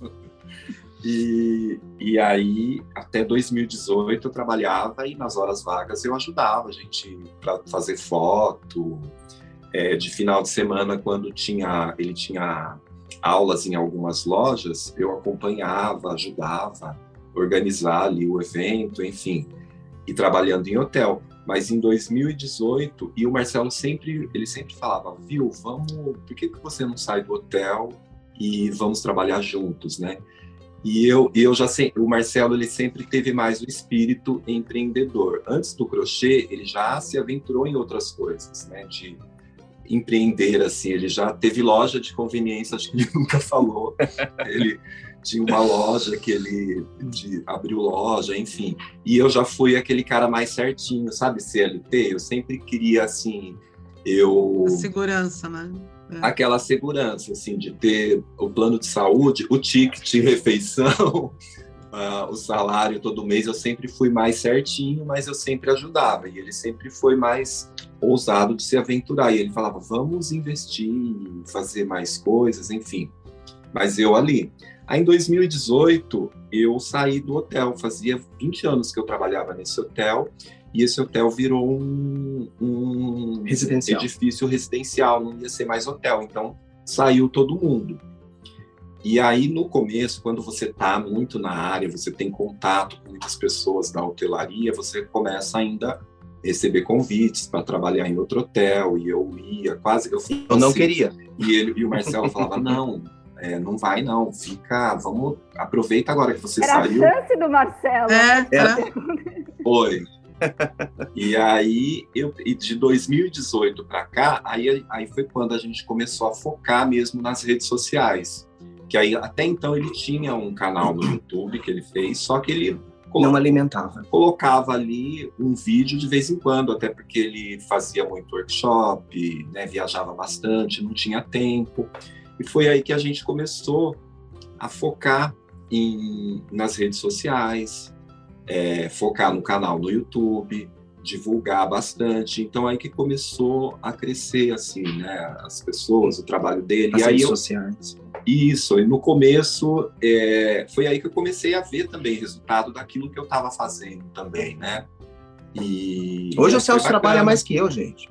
E, e aí, até dois mil e dezoito, eu trabalhava e nas horas vagas eu ajudava a gente para fazer foto. É, de final de semana, quando tinha, ele tinha aulas em algumas lojas, eu acompanhava, ajudava, organizar ali o evento, enfim, e trabalhando em hotel. Mas em dois mil e dezoito, e o Marcelo sempre, ele sempre falava, viu, vamos, por que, que você não sai do hotel e vamos trabalhar juntos, né? E eu, eu já sei, o Marcelo, ele sempre teve mais o espírito empreendedor. Antes do crochê, ele já se aventurou em outras coisas, né? De empreender, assim, ele já teve loja de conveniência, acho que ele nunca falou. Ele tinha uma loja que ele de, abriu loja, enfim. E eu já fui aquele cara mais certinho, sabe, C L T? Eu sempre queria, assim, eu... A segurança, né? É. Aquela segurança, assim, de ter o plano de saúde, o ticket de refeição, uh, o salário todo mês. Eu sempre fui mais certinho, mas eu sempre ajudava. E ele sempre foi mais ousado de se aventurar. E ele falava, vamos investir, fazer mais coisas, enfim. Mas eu ali. Aí, em dois mil e dezoito, eu saí do hotel. Fazia vinte anos que eu trabalhava nesse hotel. E esse hotel virou um, um Residencial. edifício residencial, não ia ser mais hotel. Então, saiu todo mundo. E aí, no começo, quando você está muito na área, você tem contato com muitas pessoas da hotelaria, você começa ainda a receber convites para trabalhar em outro hotel. E eu ia, quase... Eu, eu não assim, queria. E, ele, e o Marcelo falava, não... É, não vai não, fica, vamos, aproveita agora que você Era saiu. Era a chance do Marcelo. É, é. Foi. E aí, eu, de dois mil e dezoito para cá, aí, aí foi quando a gente começou a focar mesmo nas redes sociais. Que aí, até então, ele tinha um canal no YouTube que ele fez, só que ele colocava, não alimentava. Colocava ali um vídeo de vez em quando, até porque ele fazia muito workshop, né, viajava bastante, não tinha tempo. E foi aí que a gente começou a focar em, nas redes sociais, é, focar no canal no YouTube, divulgar bastante. Então, aí que começou a crescer, assim, né? As pessoas, o trabalho dele. As e aí redes eu, sociais. Isso, e no começo, é, foi aí que eu comecei a ver também resultado daquilo que eu estava fazendo também, né? E hoje e o Celso trabalha mais que eu, gente.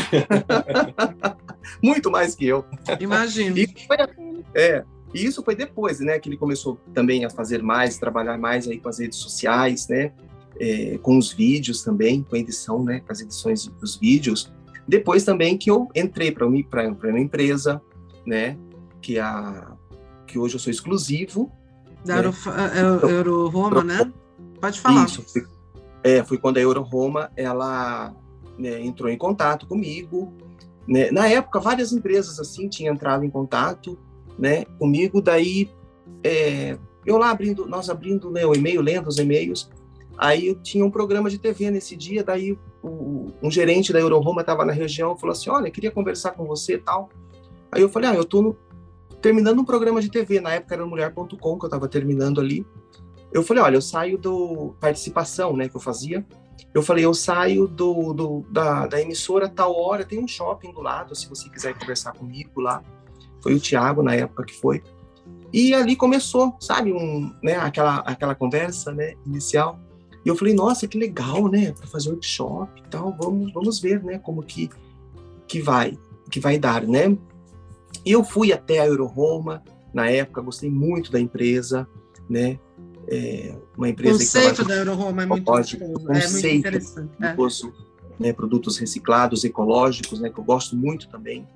Muito mais que eu. Imagino. E foi, é, e isso foi depois, né, que ele começou também a fazer mais, trabalhar mais aí com as redes sociais, né, é, com os vídeos também, com a edição, né, com as edições dos vídeos. Depois também que eu entrei para uma, uma empresa, né, que, a, que hoje eu sou exclusivo. Da né? Euro, Euro Roma, né? Pode falar. Isso, foi, é, foi quando a Euro Roma, ela, né, entrou em contato comigo. Né? Na época, várias empresas assim tinham entrado em contato, né, comigo. Daí, é, eu lá abrindo, nós abrindo, né, o e-mail, lendo os e-mails. Aí eu tinha um programa de T V nesse dia. Daí o, um gerente da Euro Roma estava na região, falou assim: olha, queria conversar com você e tal. Aí eu falei: ah, eu estou terminando um programa de T V. Na época era no mulher ponto com que eu estava terminando ali. Eu falei: olha, eu saio do participação, né, que eu fazia. Eu falei, eu saio do, do, da, da emissora tal hora, tem um shopping do lado, se você quiser conversar comigo lá. Foi o Thiago, na época, que foi. E ali começou, sabe, um, né, aquela, aquela conversa, né, inicial. E eu falei, nossa, que legal, né? Para fazer workshop e tal, vamos, vamos ver, né? Como que, que, vai, que vai dar, né? E eu fui até a Euroroma, na época, gostei muito da empresa, né? É uma empresa o conceito que da Euroroma é muito gostoso, é muito interessante. É. Né, produtos reciclados, ecológicos, né, que eu gosto muito também.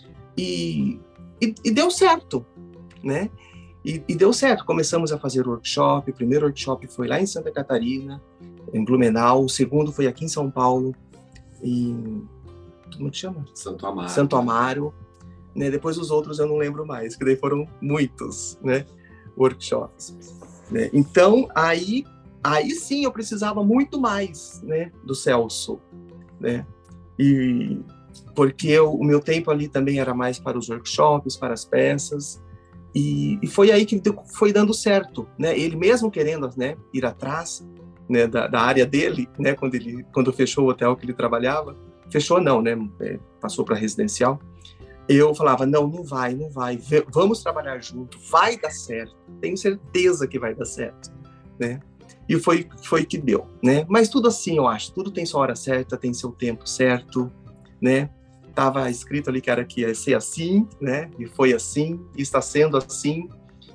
E, e, e deu certo, né? E, e deu certo. Começamos a fazer workshop. O primeiro workshop foi lá em Santa Catarina, em Blumenau. O segundo foi aqui em São Paulo, em... como que chama? Santo Amaro. Santo Amaro. Né? Depois os outros eu não lembro mais, que daí foram muitos, né? Workshops. Né? Então, aí, aí sim eu precisava muito mais, né, do Celso, né? E porque eu, o meu tempo ali também era mais para os workshops, para as peças, e, e foi aí que foi dando certo, né? Ele mesmo querendo, né, ir atrás, né, da, da área dele, né, quando ele quando fechou o hotel que ele trabalhava, fechou não, né, é, passou para residencial. Eu falava, não, não vai, não vai, vamos trabalhar junto, vai dar certo, tenho certeza que vai dar certo, né? E foi, foi que deu, né? Mas tudo assim, eu acho, tudo tem sua hora certa, tem seu tempo certo, né? Tava escrito ali que era que ia ser assim, né? E foi assim, e está sendo assim.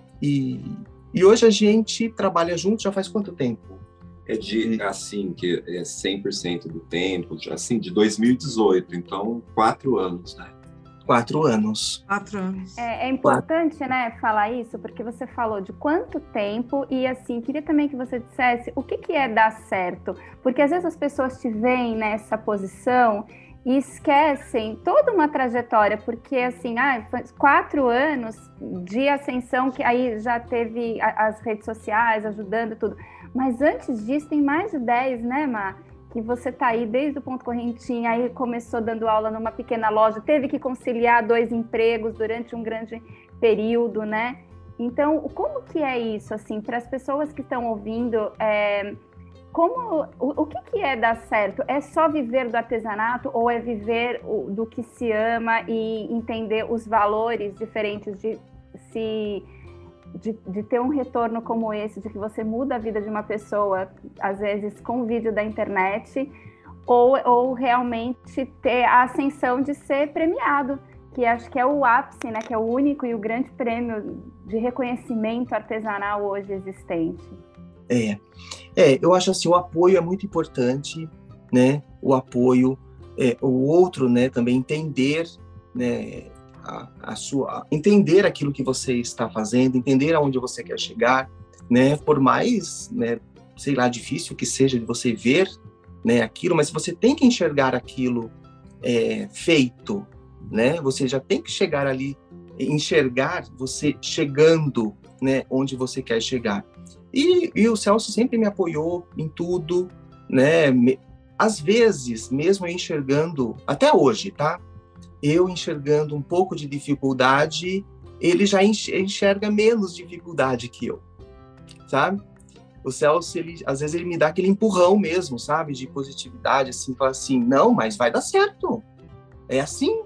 E, e hoje a gente trabalha junto já faz quanto tempo? É de, assim, que é cem por cento do tempo, assim, de dois mil e dezoito, então quatro anos, né? Quatro anos. Quatro anos. É, é importante, né, falar isso, porque você falou de quanto tempo e, assim, queria também que você dissesse o que, que é dar certo, porque às vezes as pessoas te veem nessa posição e esquecem toda uma trajetória, porque, assim, ah, quatro anos de ascensão, que aí já teve as redes sociais ajudando tudo, mas antes disso tem mais de dez, né, Má? Que você está aí desde o ponto correntinho, aí começou dando aula numa pequena loja, teve que conciliar dois empregos durante um grande período, né? Então, como que é isso, assim, para as pessoas que estão ouvindo, é, como, o, o que, que é dar certo? É só viver do artesanato ou é viver o, do que se ama e entender os valores diferentes de se... De, de ter um retorno como esse, de que você muda a vida de uma pessoa, às vezes com vídeo da internet, ou, ou realmente ter a ascensão de ser premiado, que acho que é o ápice, né, que é o único e o grande prêmio de reconhecimento artesanal hoje existente. É, é eu acho assim, o apoio é muito importante, né, o apoio, é, o outro, né, também entender, né, A, a sua, entender aquilo que você está fazendo, entender aonde você quer chegar, né? Por mais, né, sei lá, difícil que seja de você ver, né, aquilo, mas você tem que enxergar aquilo é, feito, né? Você já tem que chegar ali, enxergar você chegando, né, onde você quer chegar. E, e o Celso sempre me apoiou em tudo, né? Me, às vezes, mesmo eu enxergando, até hoje, tá? Eu enxergando um pouco de dificuldade, ele já enxerga menos dificuldade que eu, sabe? O Celso, ele, às vezes ele me dá aquele empurrão mesmo, sabe? De positividade, assim, fala assim, não, mas vai dar certo. É assim,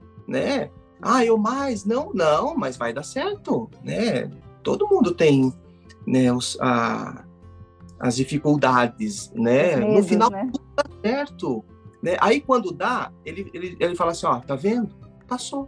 né? Ah, eu mais? Não, não, mas vai dar certo, né? Todo mundo tem, né, os, a, as dificuldades, né? Medos, no final, né? tudo dá certo. Né? Aí quando dá, ele, ele, ele fala assim, ó, tá vendo? Passou.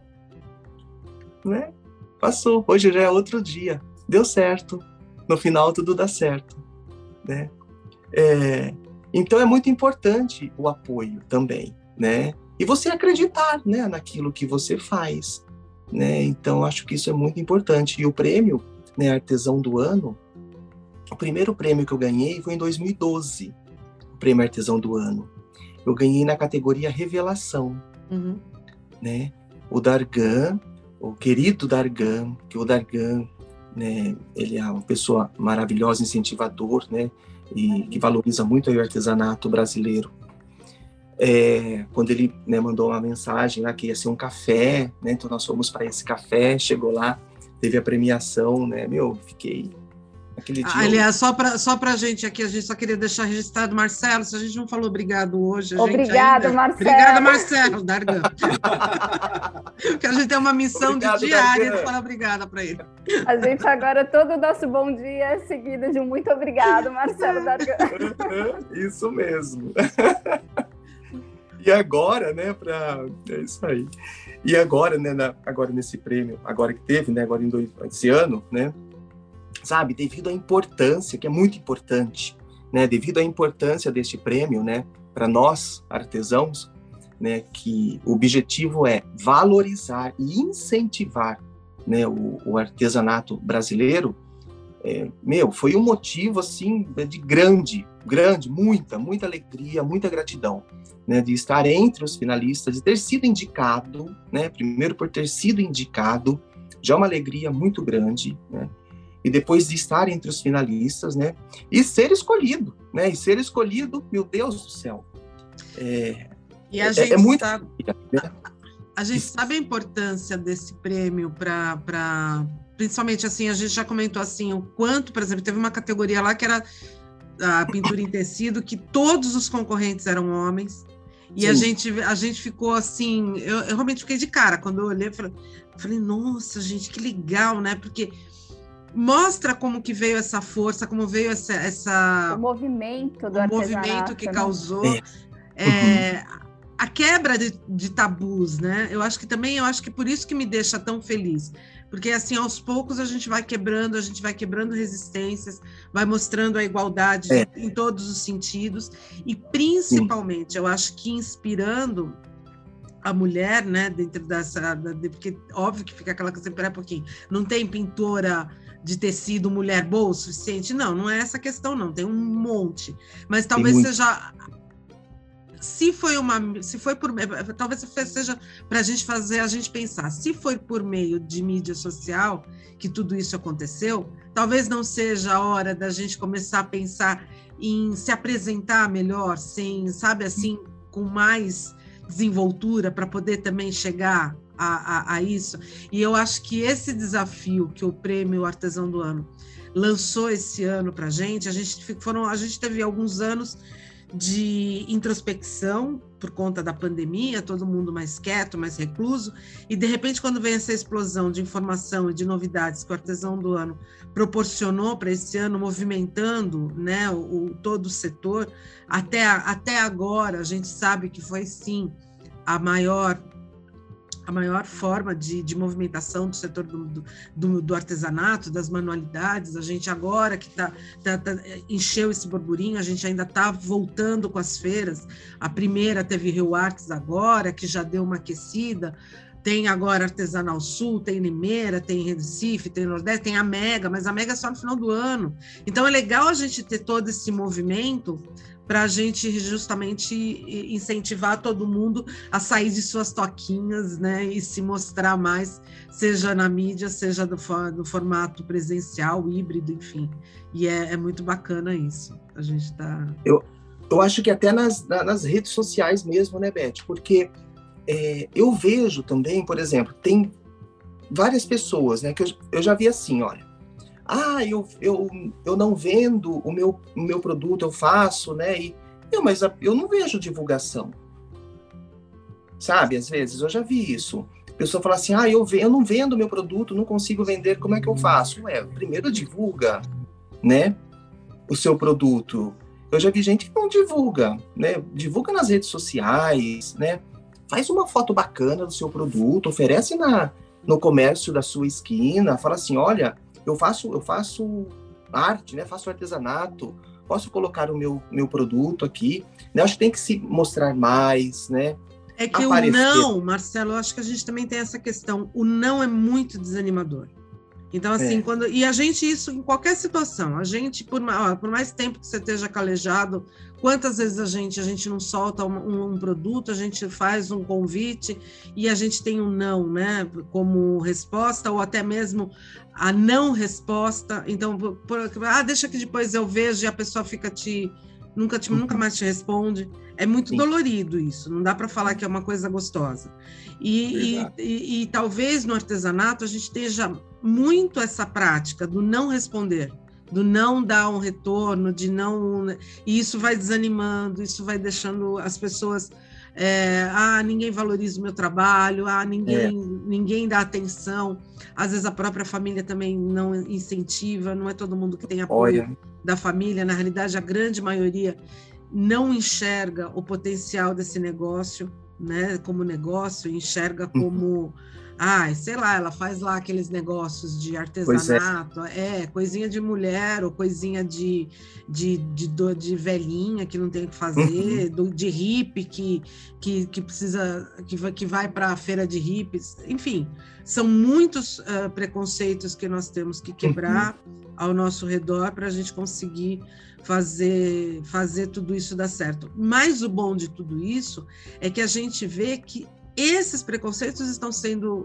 Né? Passou. Hoje já é outro dia. Deu certo. No final tudo dá certo. Né? É, então é muito importante o apoio também, né? E você acreditar, né, naquilo que você faz. Né? Então acho que isso é muito importante. E o prêmio, né, Artesão do Ano, o primeiro prêmio que eu ganhei foi em dois mil e doze. O prêmio Artesão do Ano. Eu ganhei na categoria Revelação, uhum. Né? O Dargan, o querido Dargan, que o Dargan, né, ele é uma pessoa maravilhosa, incentivador, né, e que valoriza muito o artesanato brasileiro. É, quando ele, né, mandou uma mensagem lá que ia ser um café, né, então nós fomos para esse café, chegou lá, teve a premiação, né, meu, fiquei Aquele dia Aliás, eu... só para só a gente aqui, a gente só queria deixar registrado, Marcelo, se a gente não falou obrigado hoje. A Obrigada, gente ainda... Marcelo. Obrigada, Marcelo, Dargan. Porque a gente tem uma missão Obrigado, de diária Dargan. de falar obrigada para ele. A gente agora, todo o nosso bom dia é seguido de um muito obrigado, Marcelo Dargan. Isso mesmo. E agora, né, para é isso aí. E agora, né, na, agora nesse prêmio, agora que teve, né, agora em dois, esse ano, né, sabe, devido à importância, que é muito importante, né, devido à importância deste prêmio, né, para nós artesãos, né, que o objetivo é valorizar e incentivar, né, o, o artesanato brasileiro. É, meu, foi um motivo assim de grande, grande, muita, muita alegria, muita gratidão, né, de estar entre os finalistas, de ter sido indicado, né, primeiro por ter sido indicado, já uma alegria muito grande, né, e depois de estar entre os finalistas, né, e ser escolhido, né, e ser escolhido, meu Deus do céu, é, e a é, gente é muito, sabe, né? a, a gente sabe a importância desse prêmio para para principalmente assim, a gente já comentou assim, o quanto, por exemplo, teve uma categoria lá que era a pintura em tecido, que todos os concorrentes eram homens, e a gente, a gente ficou assim, eu, eu realmente fiquei de cara, quando eu olhei, eu falei, eu falei, nossa, gente, que legal, né, porque mostra como que veio essa força, como veio essa... essa o movimento do o artesanato, movimento que né? causou... É. É, Uhum. A quebra de, de tabus, né? Eu acho que também, eu acho que por isso que me deixa tão feliz, porque assim, aos poucos a gente vai quebrando, a gente vai quebrando resistências, vai mostrando a igualdade é. em todos os sentidos, e principalmente, Sim. eu acho que inspirando a mulher, né, dentro dessa, porque óbvio que fica aquela coisa, espera um pouquinho, não tem pintora de tecido mulher boa o suficiente? Não, não é essa questão não, tem um monte, mas talvez seja... Se foi uma, se foi por, talvez seja para a gente fazer a gente pensar, se foi por meio de mídia social que tudo isso aconteceu, talvez não seja a hora da gente começar a pensar em se apresentar melhor, sem, sabe, assim, com mais desenvoltura para poder também chegar a, a, a isso. E eu acho que esse desafio que o Prêmio Artesão do Ano lançou esse ano para a gente, a gente foram, a gente teve alguns anos de introspecção por conta da pandemia, todo mundo mais quieto, mais recluso, e de repente quando vem essa explosão de informação e de novidades que o Artesão do Ano proporcionou para esse ano, movimentando, né, o, o, todo o setor, até, até agora a gente sabe que foi sim a maior a maior forma de, de movimentação do setor do, do, do artesanato, das manualidades. A gente agora que tá, tá, tá, encheu esse burburinho, a gente ainda está voltando com as feiras. A primeira teve Rio Artes agora, que já deu uma aquecida. Tem agora Artesanal Sul, tem Limeira, tem Recife, tem Nordeste, tem a Mega, mas a Mega é só no final do ano. Então é legal a gente ter todo esse movimento para a gente justamente incentivar todo mundo a sair de suas toquinhas, né, e se mostrar mais, seja na mídia, seja do, do formato presencial, híbrido, enfim. E é, é muito bacana isso. A gente tá... Eu, eu acho que até nas, nas redes sociais mesmo, né, Beth? Porque é, eu vejo também, por exemplo, tem várias pessoas, né, que eu, eu já vi assim, olha, ah, eu, eu, eu não vendo o meu, o meu produto, eu faço, né? E, eu, mas eu não vejo divulgação. Sabe, às vezes, eu já vi isso. A pessoa fala assim, ah, eu, eu não vendo o meu produto, não consigo vender, como é que eu faço? Ué, primeiro divulga, né? O seu produto. Eu já vi gente que não divulga, né? Divulga nas redes sociais, né? Faz uma foto bacana do seu produto, oferece na, no comércio da sua esquina, fala assim, olha... Eu faço, eu faço arte, né? Faço artesanato, posso colocar o meu, meu produto aqui. Né? Acho que tem que se mostrar mais, né? É que aparecer. O não, Marcelo, eu acho que a gente também tem essa questão. O não é muito desanimador. Então, assim, é. quando... E a gente, isso em qualquer situação, a gente, por, ó, por mais tempo que você esteja calejado, quantas vezes a gente, a gente não solta um, um produto, a gente faz um convite e a gente tem um não, né, como resposta, ou até mesmo a não resposta. Então, por, por, ah, deixa que depois eu vejo e a pessoa fica te... Nunca, te, nunca mais te responde. É muito Sim. dolorido isso, não dá para falar que é uma coisa gostosa. E, e, e, e talvez no artesanato a gente esteja muito essa prática do não responder do não dar um retorno, de não... E isso vai desanimando, isso vai deixando as pessoas... É, ah, ninguém valoriza o meu trabalho, ah, ninguém, é. ninguém dá atenção. Às vezes a própria família também não incentiva, não é todo mundo que tem apoio Olha. da família. Na realidade, a grande maioria não enxerga o potencial desse negócio, né, como negócio, enxerga como... Ah, sei lá, ela faz lá aqueles negócios de artesanato, é. é, coisinha de mulher ou coisinha de, de, de, de, de velhinha que não tem o que fazer, uhum. do, de hippie que, que, que precisa, que vai, que vai para a feira de hippies, enfim, são muitos uh, preconceitos que nós temos que quebrar uhum. ao nosso redor para a gente conseguir fazer, fazer tudo isso dar certo. Mas o bom de tudo isso é que a gente vê que esses preconceitos estão sendo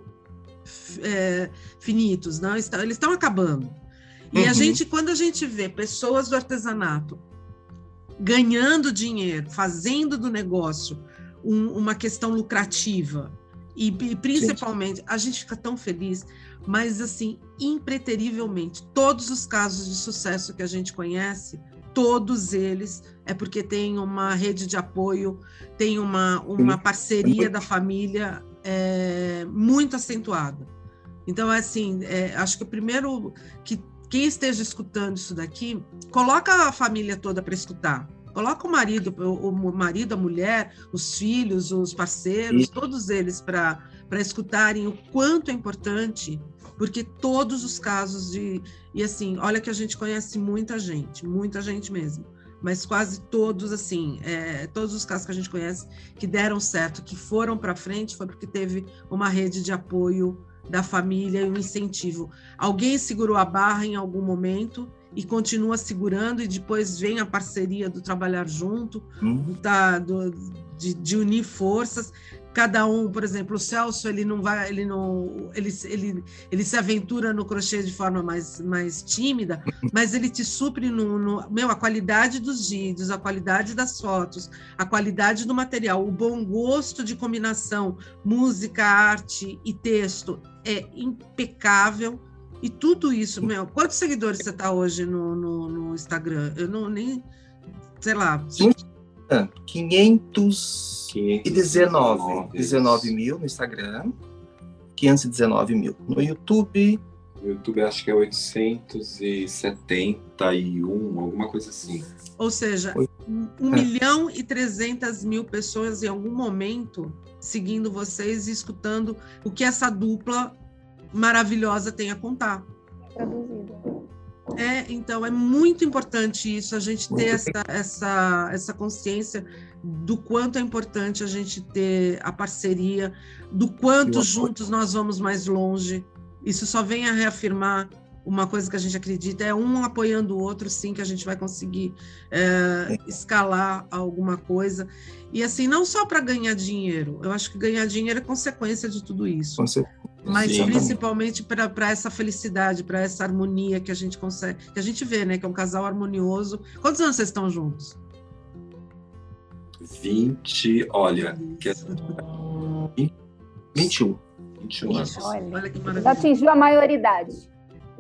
é, finitos, não? Estão, eles estão acabando. E uhum. a gente, quando a gente vê pessoas do artesanato ganhando dinheiro, fazendo do negócio um, uma questão lucrativa, e, e principalmente, gente. a gente fica tão feliz, mas assim, impreterivelmente, todos os casos de sucesso que a gente conhece, todos eles é porque tem uma rede de apoio, tem uma, uma parceria da família é, muito acentuada. Então, assim, é, acho que o primeiro, que quem esteja escutando isso daqui, coloca a família toda para escutar. Coloca o marido, o, o marido, a mulher, os filhos, os parceiros, Sim. todos eles para para escutarem o quanto é importante, porque todos os casos de... E assim, olha que a gente conhece muita gente, muita gente mesmo, mas quase todos, assim, é, todos os casos que a gente conhece que deram certo, que foram para frente, foi porque teve uma rede de apoio da família e um incentivo. Alguém segurou a barra em algum momento e continua segurando, e depois vem a parceria do trabalhar junto, hum. da, do, de, de unir forças. Cada um, por exemplo, o Celso, ele não vai, ele não, ele, ele, ele se aventura no crochê de forma mais, mais tímida, mas ele te supre no, no, meu, a qualidade dos vídeos, a qualidade das fotos, a qualidade do material, o bom gosto de combinação, música, arte e texto é impecável. E tudo isso, meu, quantos seguidores você está hoje no, no, no Instagram? Eu não nem, sei lá... quinhentos e dezenove mil no Instagram, quinhentos e dezenove mil no YouTube. No YouTube acho que é oitocentos e setenta e um, alguma coisa assim. Ou seja, um é. milhão e trezentas mil pessoas em algum momento seguindo vocês e escutando o que essa dupla maravilhosa tem a contar. Traduzido. É, então é muito importante isso, a gente ter essa, essa, essa consciência do quanto é importante a gente ter a parceria, do quanto juntos nós vamos mais longe. Isso só vem a reafirmar uma coisa que a gente acredita, é um apoiando o outro, sim, que a gente vai conseguir é, escalar alguma coisa. E assim, não só para ganhar dinheiro, eu acho que ganhar dinheiro é consequência de tudo isso. Mas Sim. principalmente para essa felicidade, para essa harmonia que a gente consegue, que a gente vê, né? Que é um casal harmonioso. Quantos anos vocês estão juntos? vinte, olha... Que... vinte e um. vinte e um anos. Olha, olha que maravilha. Já atingiu a maioridade.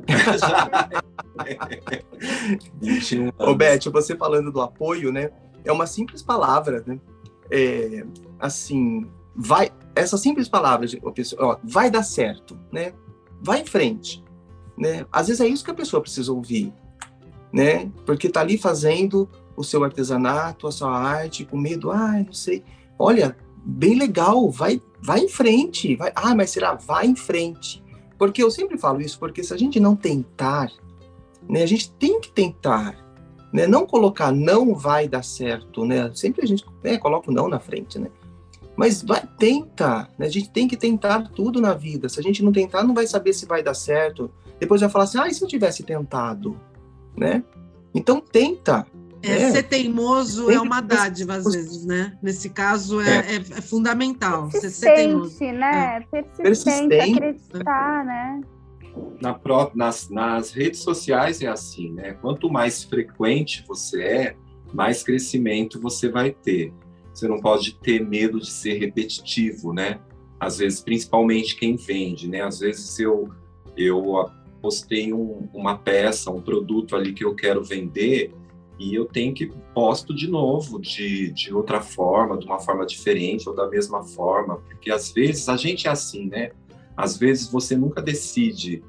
vinte e um anos. Ô, Beth, você falando do apoio, né? É uma simples palavra, né? É, assim, vai... Essa simples palavra, ó, vai dar certo, né? Vai em frente, né? Às vezes é isso que a pessoa precisa ouvir, né? Porque tá ali fazendo o seu artesanato, a sua arte, com medo, ah, não sei. Olha, bem legal, vai, vai em frente. Vai, ah, mas será? Vai em frente. Porque eu sempre falo isso, porque se a gente não tentar, né? A gente tem que tentar, né? Não colocar não vai dar certo, né? Sempre a gente né, coloca o não na frente, né? Mas vai, tenta, né? A gente tem que tentar tudo na vida. Se a gente não tentar, não vai saber se vai dar certo. Depois vai falar assim, ah, e se eu tivesse tentado? Né? Então, tenta. É, né? Ser teimoso Sempre é uma dádiva, às vezes, né? Nesse caso, é, é. é, é fundamental. Persistente, ser teimoso. Né? É. Persistente, Persistente, acreditar, né? Na pró- nas, nas redes sociais é assim, né? Quanto mais frequente você é, mais crescimento você vai ter. Você não pode ter medo de ser repetitivo, né? Às vezes, principalmente quem vende, né? Às vezes eu, eu postei um, uma peça, um produto ali que eu quero vender, e eu tenho que posto de novo, de, de outra forma, de uma forma diferente, ou da mesma forma, porque às vezes a gente é assim, né? Às vezes você nunca decide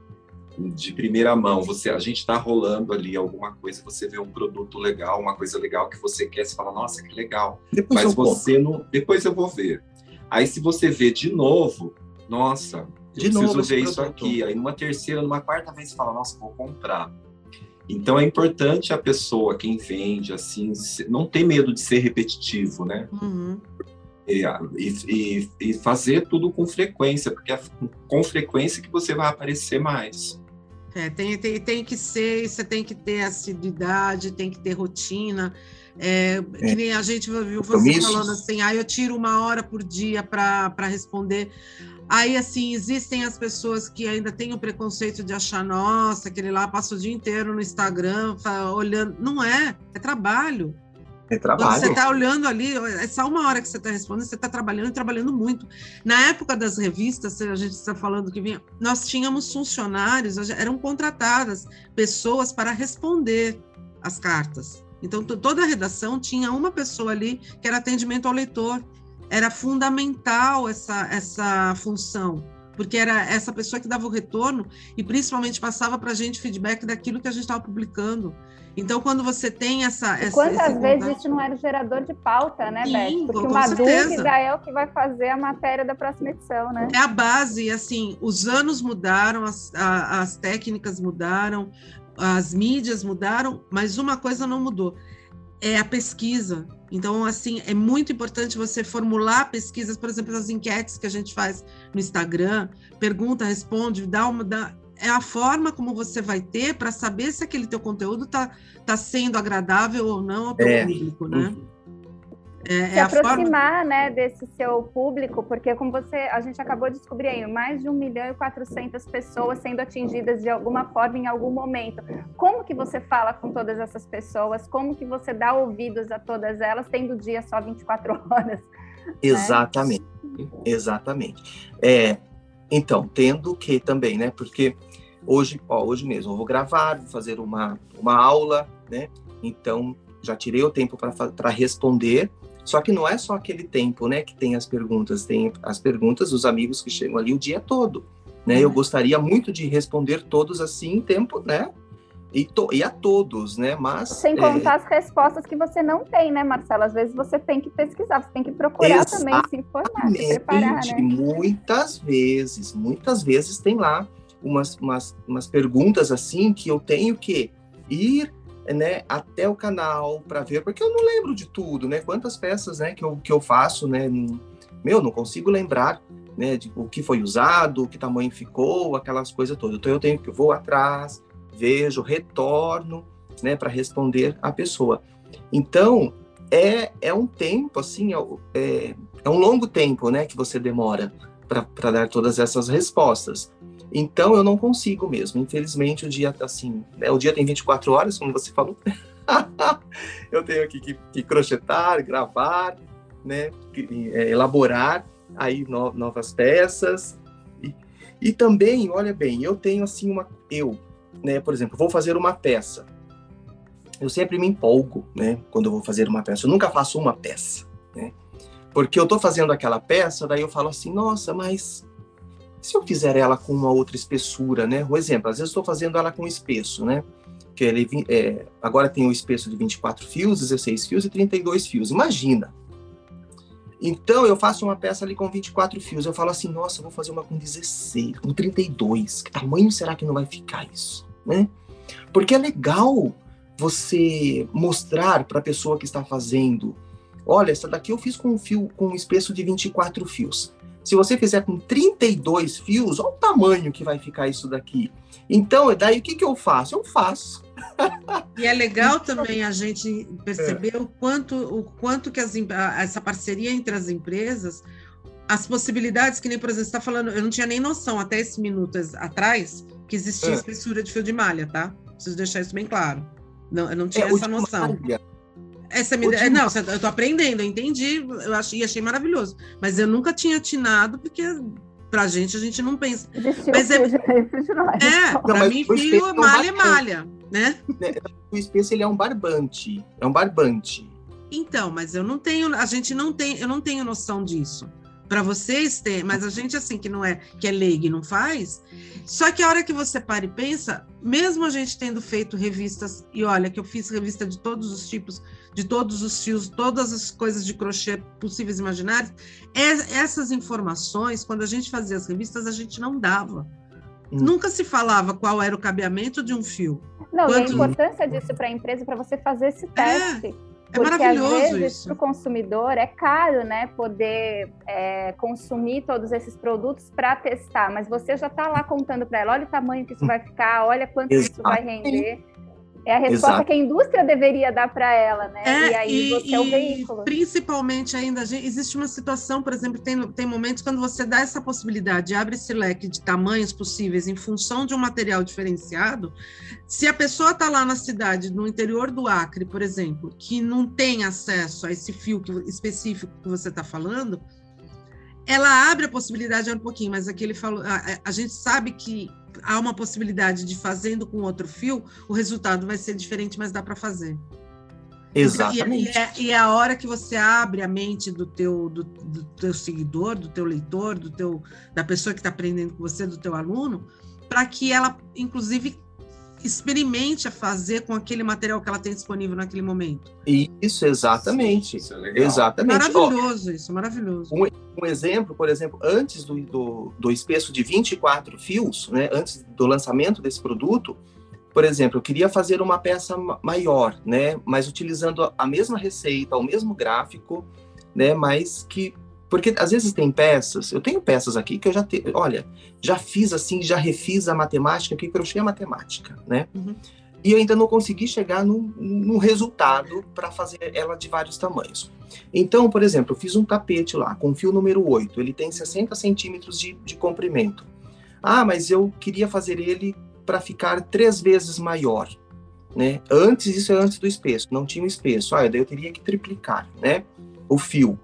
de primeira mão, você, a gente está rolando ali alguma coisa, você vê um produto legal, uma coisa legal que você quer, você fala, nossa, que legal. Depois Mas eu você não... Depois eu vou ver. Aí se você vê de novo, nossa, eu De preciso novo ver esse isso produto. aqui. Aí numa terceira, numa quarta vez, você fala, nossa, vou comprar. Então é importante a pessoa, quem vende, assim, não ter medo de ser repetitivo, né? Uhum. E, e, e fazer tudo com frequência, porque é com frequência que você vai aparecer mais. É, tem, tem, tem que ser, você tem que ter assiduidade, tem que ter rotina. É, é. Que nem a gente viu você falando assim, ah, eu tiro uma hora por dia para responder. Aí, assim, existem as pessoas que ainda têm o preconceito de achar, nossa, aquele lá passa o dia inteiro no Instagram, olhando. Não é, é trabalho. É trabalho. Quando você está olhando ali, é só uma hora que você está respondendo, você está trabalhando e trabalhando muito. Na época das revistas, a gente está falando que vinha, nós tínhamos funcionários, eram contratadas pessoas para responder as cartas. Então, toda a redação tinha uma pessoa ali que era atendimento ao leitor. Era fundamental essa, essa função, porque era essa pessoa que dava o retorno e principalmente passava para a gente feedback daquilo que a gente estava publicando. Então, quando você tem essa... essa quantas vezes contato... isso não era gerador de pauta, né, Sim, Beth? Porque com uma certeza. dúvida é o que vai fazer a matéria da próxima edição, né? É a base, assim, os anos mudaram, as, a, as técnicas mudaram, as mídias mudaram, mas uma coisa não mudou, é a pesquisa. Então, assim, é muito importante você formular pesquisas, por exemplo, as enquetes que a gente faz no Instagram, pergunta, responde, dá uma... Dá, é a forma como você vai ter para saber se aquele teu conteúdo está tá sendo agradável ou não ao teu é. público, né? É, se é aproximar, forma... né, desse seu público, porque como você, a gente acabou de descobrir aí, mais de um milhão e quatrocentas pessoas sendo atingidas de alguma forma em algum momento. Como que você fala com todas essas pessoas? Como que você dá ouvidos a todas elas, tendo o dia só vinte e quatro horas? Exatamente, né? Exatamente. É, então, tendo que também, né, porque hoje, ó, hoje mesmo eu vou gravar, vou fazer uma, uma aula, né, então já tirei o tempo para responder. Só que não é só aquele tempo, né, que tem as perguntas, tem as perguntas dos amigos que chegam ali o dia todo, né? Uhum. Eu gostaria muito de responder todos assim em tempo, né? E, to, e a todos, né? Mas sem contar é... as respostas que você não tem, né, Marcelo? Às vezes você tem que pesquisar, você tem que procurar também se informar, se preparar, né? Muitas vezes, muitas vezes tem lá umas, umas, umas perguntas assim que eu tenho que ir, né, até o canal para ver, porque eu não lembro de tudo, né? Quantas peças, né, que eu, que eu faço, né? Meu, não consigo lembrar, né, de o que foi usado, que tamanho ficou, aquelas coisas todas. Então eu tenho que vou atrás, vejo, retorno, né, para responder a pessoa. Então é, é um tempo assim, é, é um longo tempo, né, que você demora para dar todas essas respostas. Então, eu não consigo mesmo. Infelizmente, o dia, assim, né, o dia tem vinte e quatro horas, como você falou. Eu tenho aqui que, que crochetar, gravar, né, que, é, elaborar aí no, novas peças. E, e também, olha bem, eu tenho, assim, uma... Eu, né, por exemplo, vou fazer uma peça. Eu sempre me empolgo, né, quando eu vou fazer uma peça. Eu nunca faço uma peça, né? Porque eu tô fazendo aquela peça, daí eu falo assim, nossa, mas... se eu fizer ela com uma outra espessura, né? Um exemplo, às vezes estou fazendo ela com espesso, né? Que ele, é, agora tem o espesso de vinte e quatro fios, dezesseis fios e trinta e dois fios. Imagina! Então, eu faço uma peça ali com vinte e quatro fios. Eu falo assim, nossa, eu vou fazer uma com dezesseis, com trinta e dois. Que tamanho será que não vai ficar isso? Né? Porque é legal você mostrar para a pessoa que está fazendo, olha, essa daqui eu fiz com um fio, com um espesso de vinte e quatro fios. Se você fizer com trinta e dois fios, olha o tamanho que vai ficar isso daqui. Então, daí o que, que eu faço? Eu faço. E é legal também a gente perceber é. o quanto, o quanto que as, essa parceria entre as empresas, as possibilidades, que nem, por exemplo, você está falando, eu não tinha nem noção até esse minuto atrás que existia é. espessura de fio de malha, tá? Preciso deixar isso bem claro. Não, eu não tinha é, essa noção. Malha. Essa me... de... Não, eu tô aprendendo, eu entendi, eu achei, achei maravilhoso, mas eu nunca tinha atinado, porque Pra gente, a gente não pensa. Existiu Mas é, fio de, de nós. é Não, pra mas mim, o fio espeto é é um malha, é barbante. malha, né? O espeto, ele é um barbante. É um barbante. Então, mas eu não tenho, a gente não tem, eu não tenho noção disso. Para vocês ter, mas a gente assim que não é, que é leigo e não faz. Só que a hora que você para e pensa, mesmo a gente tendo feito revistas, e olha que eu fiz revista de todos os tipos, de todos os fios, todas as coisas de crochê possíveis e imaginárias, essas informações, quando a gente fazia as revistas, a gente não dava. Hum. Nunca se falava qual era o cabeamento de um fio. Não, Quantos... e a importância disso para a empresa, para você fazer esse teste. É. É Porque, maravilhoso às vezes, isso. para o consumidor é caro, né, poder é, consumir todos esses produtos para testar, mas você já está lá contando para ela, olha o tamanho que isso vai ficar, olha quanto Exato. Isso vai render. É a resposta Exato. Que a indústria deveria dar para ela, né? É, e aí e, você é o e veículo. Principalmente ainda, existe uma situação, por exemplo, tem, tem momentos quando você dá essa possibilidade, abre esse leque de tamanhos possíveis em função de um material diferenciado. Se a pessoa está lá na cidade, no interior do Acre, por exemplo, que não tem acesso a esse fio que, específico que você está falando, ela abre a possibilidade, um pouquinho, mas aqui ele falou, a, a gente sabe que há uma possibilidade de fazendo com outro fio, o resultado vai ser diferente, mas dá para fazer. Exatamente. E, e, é, e é a hora que você abre a mente do teu, do, do teu seguidor, do teu leitor, do teu, da pessoa que está aprendendo com você, do teu aluno, para que ela, inclusive, experimente a fazer com aquele material que ela tem disponível naquele momento. Isso, exatamente. Sim, isso é legal. Exatamente. Maravilhoso, oh, isso, maravilhoso. Um, um exemplo, por exemplo, antes do, do, do espesso de vinte e quatro fios, né, antes do lançamento desse produto, por exemplo, eu queria fazer uma peça maior, né, mas utilizando a mesma receita, o mesmo gráfico, né, mas que... Porque às vezes tem peças, eu tenho peças aqui que eu já tenho, olha, já fiz assim, já refiz a matemática, que crochê é matemática, né? Uhum. E eu ainda não consegui chegar num, num resultado para fazer ela de vários tamanhos. Então, por exemplo, eu fiz um tapete lá, com fio número oito, ele tem sessenta centímetros de, de comprimento. Ah, mas eu queria fazer ele para ficar três vezes maior, né? Antes, isso é antes do espesso, não tinha um espesso, ah, daí eu teria que triplicar, né? O fio.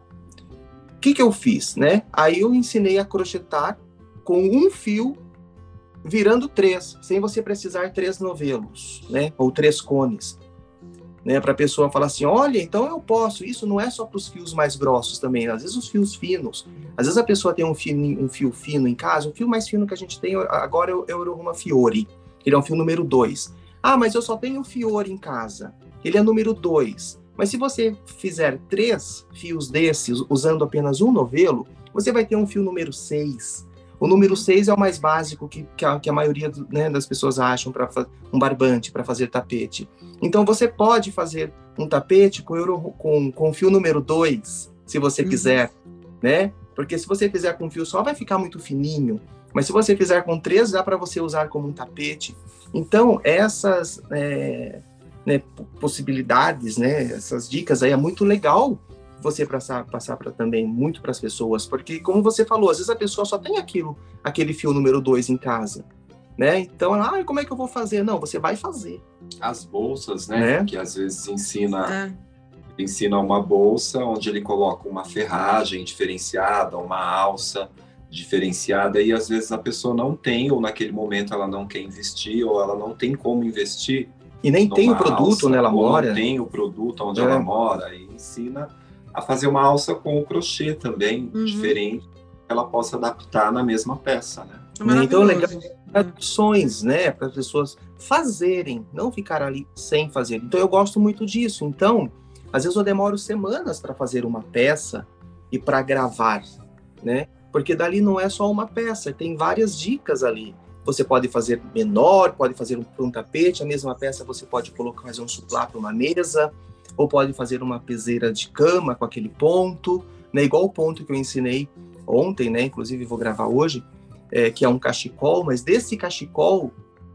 O que que eu fiz, né? Aí eu ensinei a crochetar com um fio virando três, sem você precisar três novelos, né? Ou três cones, né? Para a pessoa falar assim, olha, então eu posso. Isso não é só para os fios mais grossos também, às vezes os fios finos. Às vezes a pessoa tem um fio, um fio fino em casa, o fio mais fino que a gente tem agora é o Eurohuma Fiore, ele é um fio número dois. Ah, mas eu só tenho o Fiore em casa, ele é número dois. Mas se você fizer três fios desses, usando apenas um novelo, você vai ter um fio número seis. O número seis é o mais básico que, que, a, que a maioria, né, das pessoas acham para um barbante, para fazer tapete. Então, você pode fazer um tapete com, euro, com, com fio número dois, se você uhum. quiser, né? Porque se você fizer com fio só, vai ficar muito fininho. Mas se você fizer com três, dá para você usar como um tapete. Então, essas... É... Né, possibilidades, né, essas dicas aí é muito legal você passar, passar para também muito para as pessoas, porque como você falou, às vezes a pessoa só tem aquilo, aquele fio número dois em casa, né? Então ela, ah, como é que eu vou fazer? Não, você vai fazer. As bolsas, né? né? Que às vezes ensina, é. ensina uma bolsa onde ele coloca uma ferragem diferenciada, uma alça diferenciada, e às vezes a pessoa não tem, ou naquele momento ela não quer investir, ou ela não tem como investir. E nem tem o produto alça, onde ela mora. Não tem o produto onde é. ela mora. E ensina a fazer uma alça com o crochê também, uhum. diferente, que ela possa adaptar na mesma peça, né? Então, legal, opções, né? Para as pessoas fazerem, não ficar ali sem fazer. Então, eu gosto muito disso. Então, às vezes eu demoro semanas para fazer uma peça e para gravar, né? Porque dali não é só uma peça, tem várias dicas ali. Você pode fazer menor, pode fazer um, um tapete, a mesma peça você pode colocar, fazer um suplá para uma mesa, ou pode fazer uma peseira de cama com aquele ponto, né? Igual o ponto que eu ensinei ontem, né? Inclusive vou gravar hoje, é, que é um cachecol, mas desse cachecol,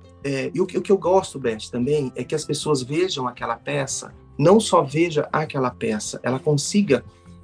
é, e o, o que eu gosto, Beth, também, é que as pessoas vejam aquela peça, não só veja aquela peça, ela consiga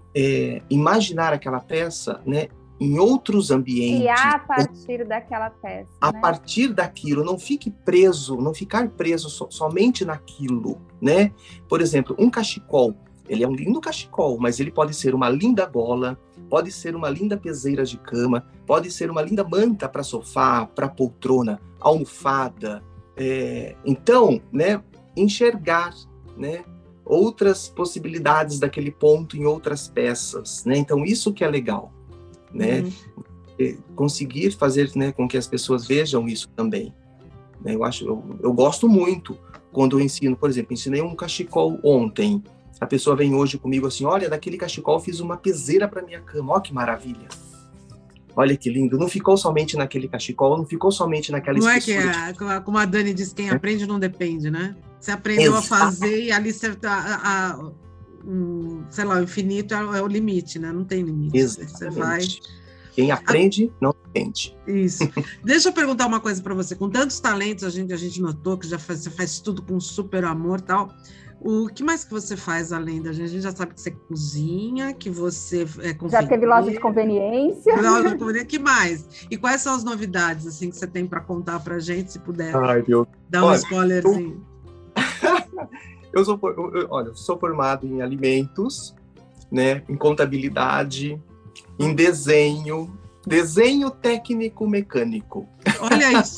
é, imaginar aquela peça, né? Em outros ambientes. Criar a partir daquela peça. A né? partir daquilo, não fique preso, não ficar preso so, somente naquilo, né? Por exemplo, um cachecol, ele é um lindo cachecol, mas ele pode ser uma linda gola, pode ser uma linda peseira de cama, pode ser uma linda manta para sofá, para poltrona, almofada. É, então, né, enxergar, né, outras possibilidades daquele ponto em outras peças, né? Então, isso que é legal, né? Uhum. Conseguir fazer, né, com que as pessoas vejam isso também. Né? Eu acho, eu, eu gosto muito quando eu ensino, por exemplo, ensinei um cachecol ontem. A pessoa vem hoje comigo assim, olha, daquele cachecol eu fiz uma peseira para minha cama, olha que maravilha. Olha que lindo, não ficou somente naquele cachecol, não ficou somente naquela Não espessura. Não é que, é, como a Dani diz, quem aprende não depende, né? Você aprendeu Exato. a fazer e ali você, a, a, um, sei lá, o infinito é, é o limite, né? Não tem limite. Exatamente. Você vai... Quem aprende, a... não depende. Isso. Deixa eu perguntar uma coisa para você. Com tantos talentos, a gente, a gente notou que já faz, você faz tudo com super amor e tal. O que mais que você faz além da gente? A gente já sabe que você cozinha, que você é já teve loja de conveniência. Loja de conveniência. Que mais? E quais são as novidades assim que você tem para contar para a gente, se puder Ai, meu... dar um olha, spoilerzinho? Eu... eu sou, eu, olha, eu sou formado em alimentos, né, em contabilidade, em desenho, desenho técnico mecânico. Olha isso.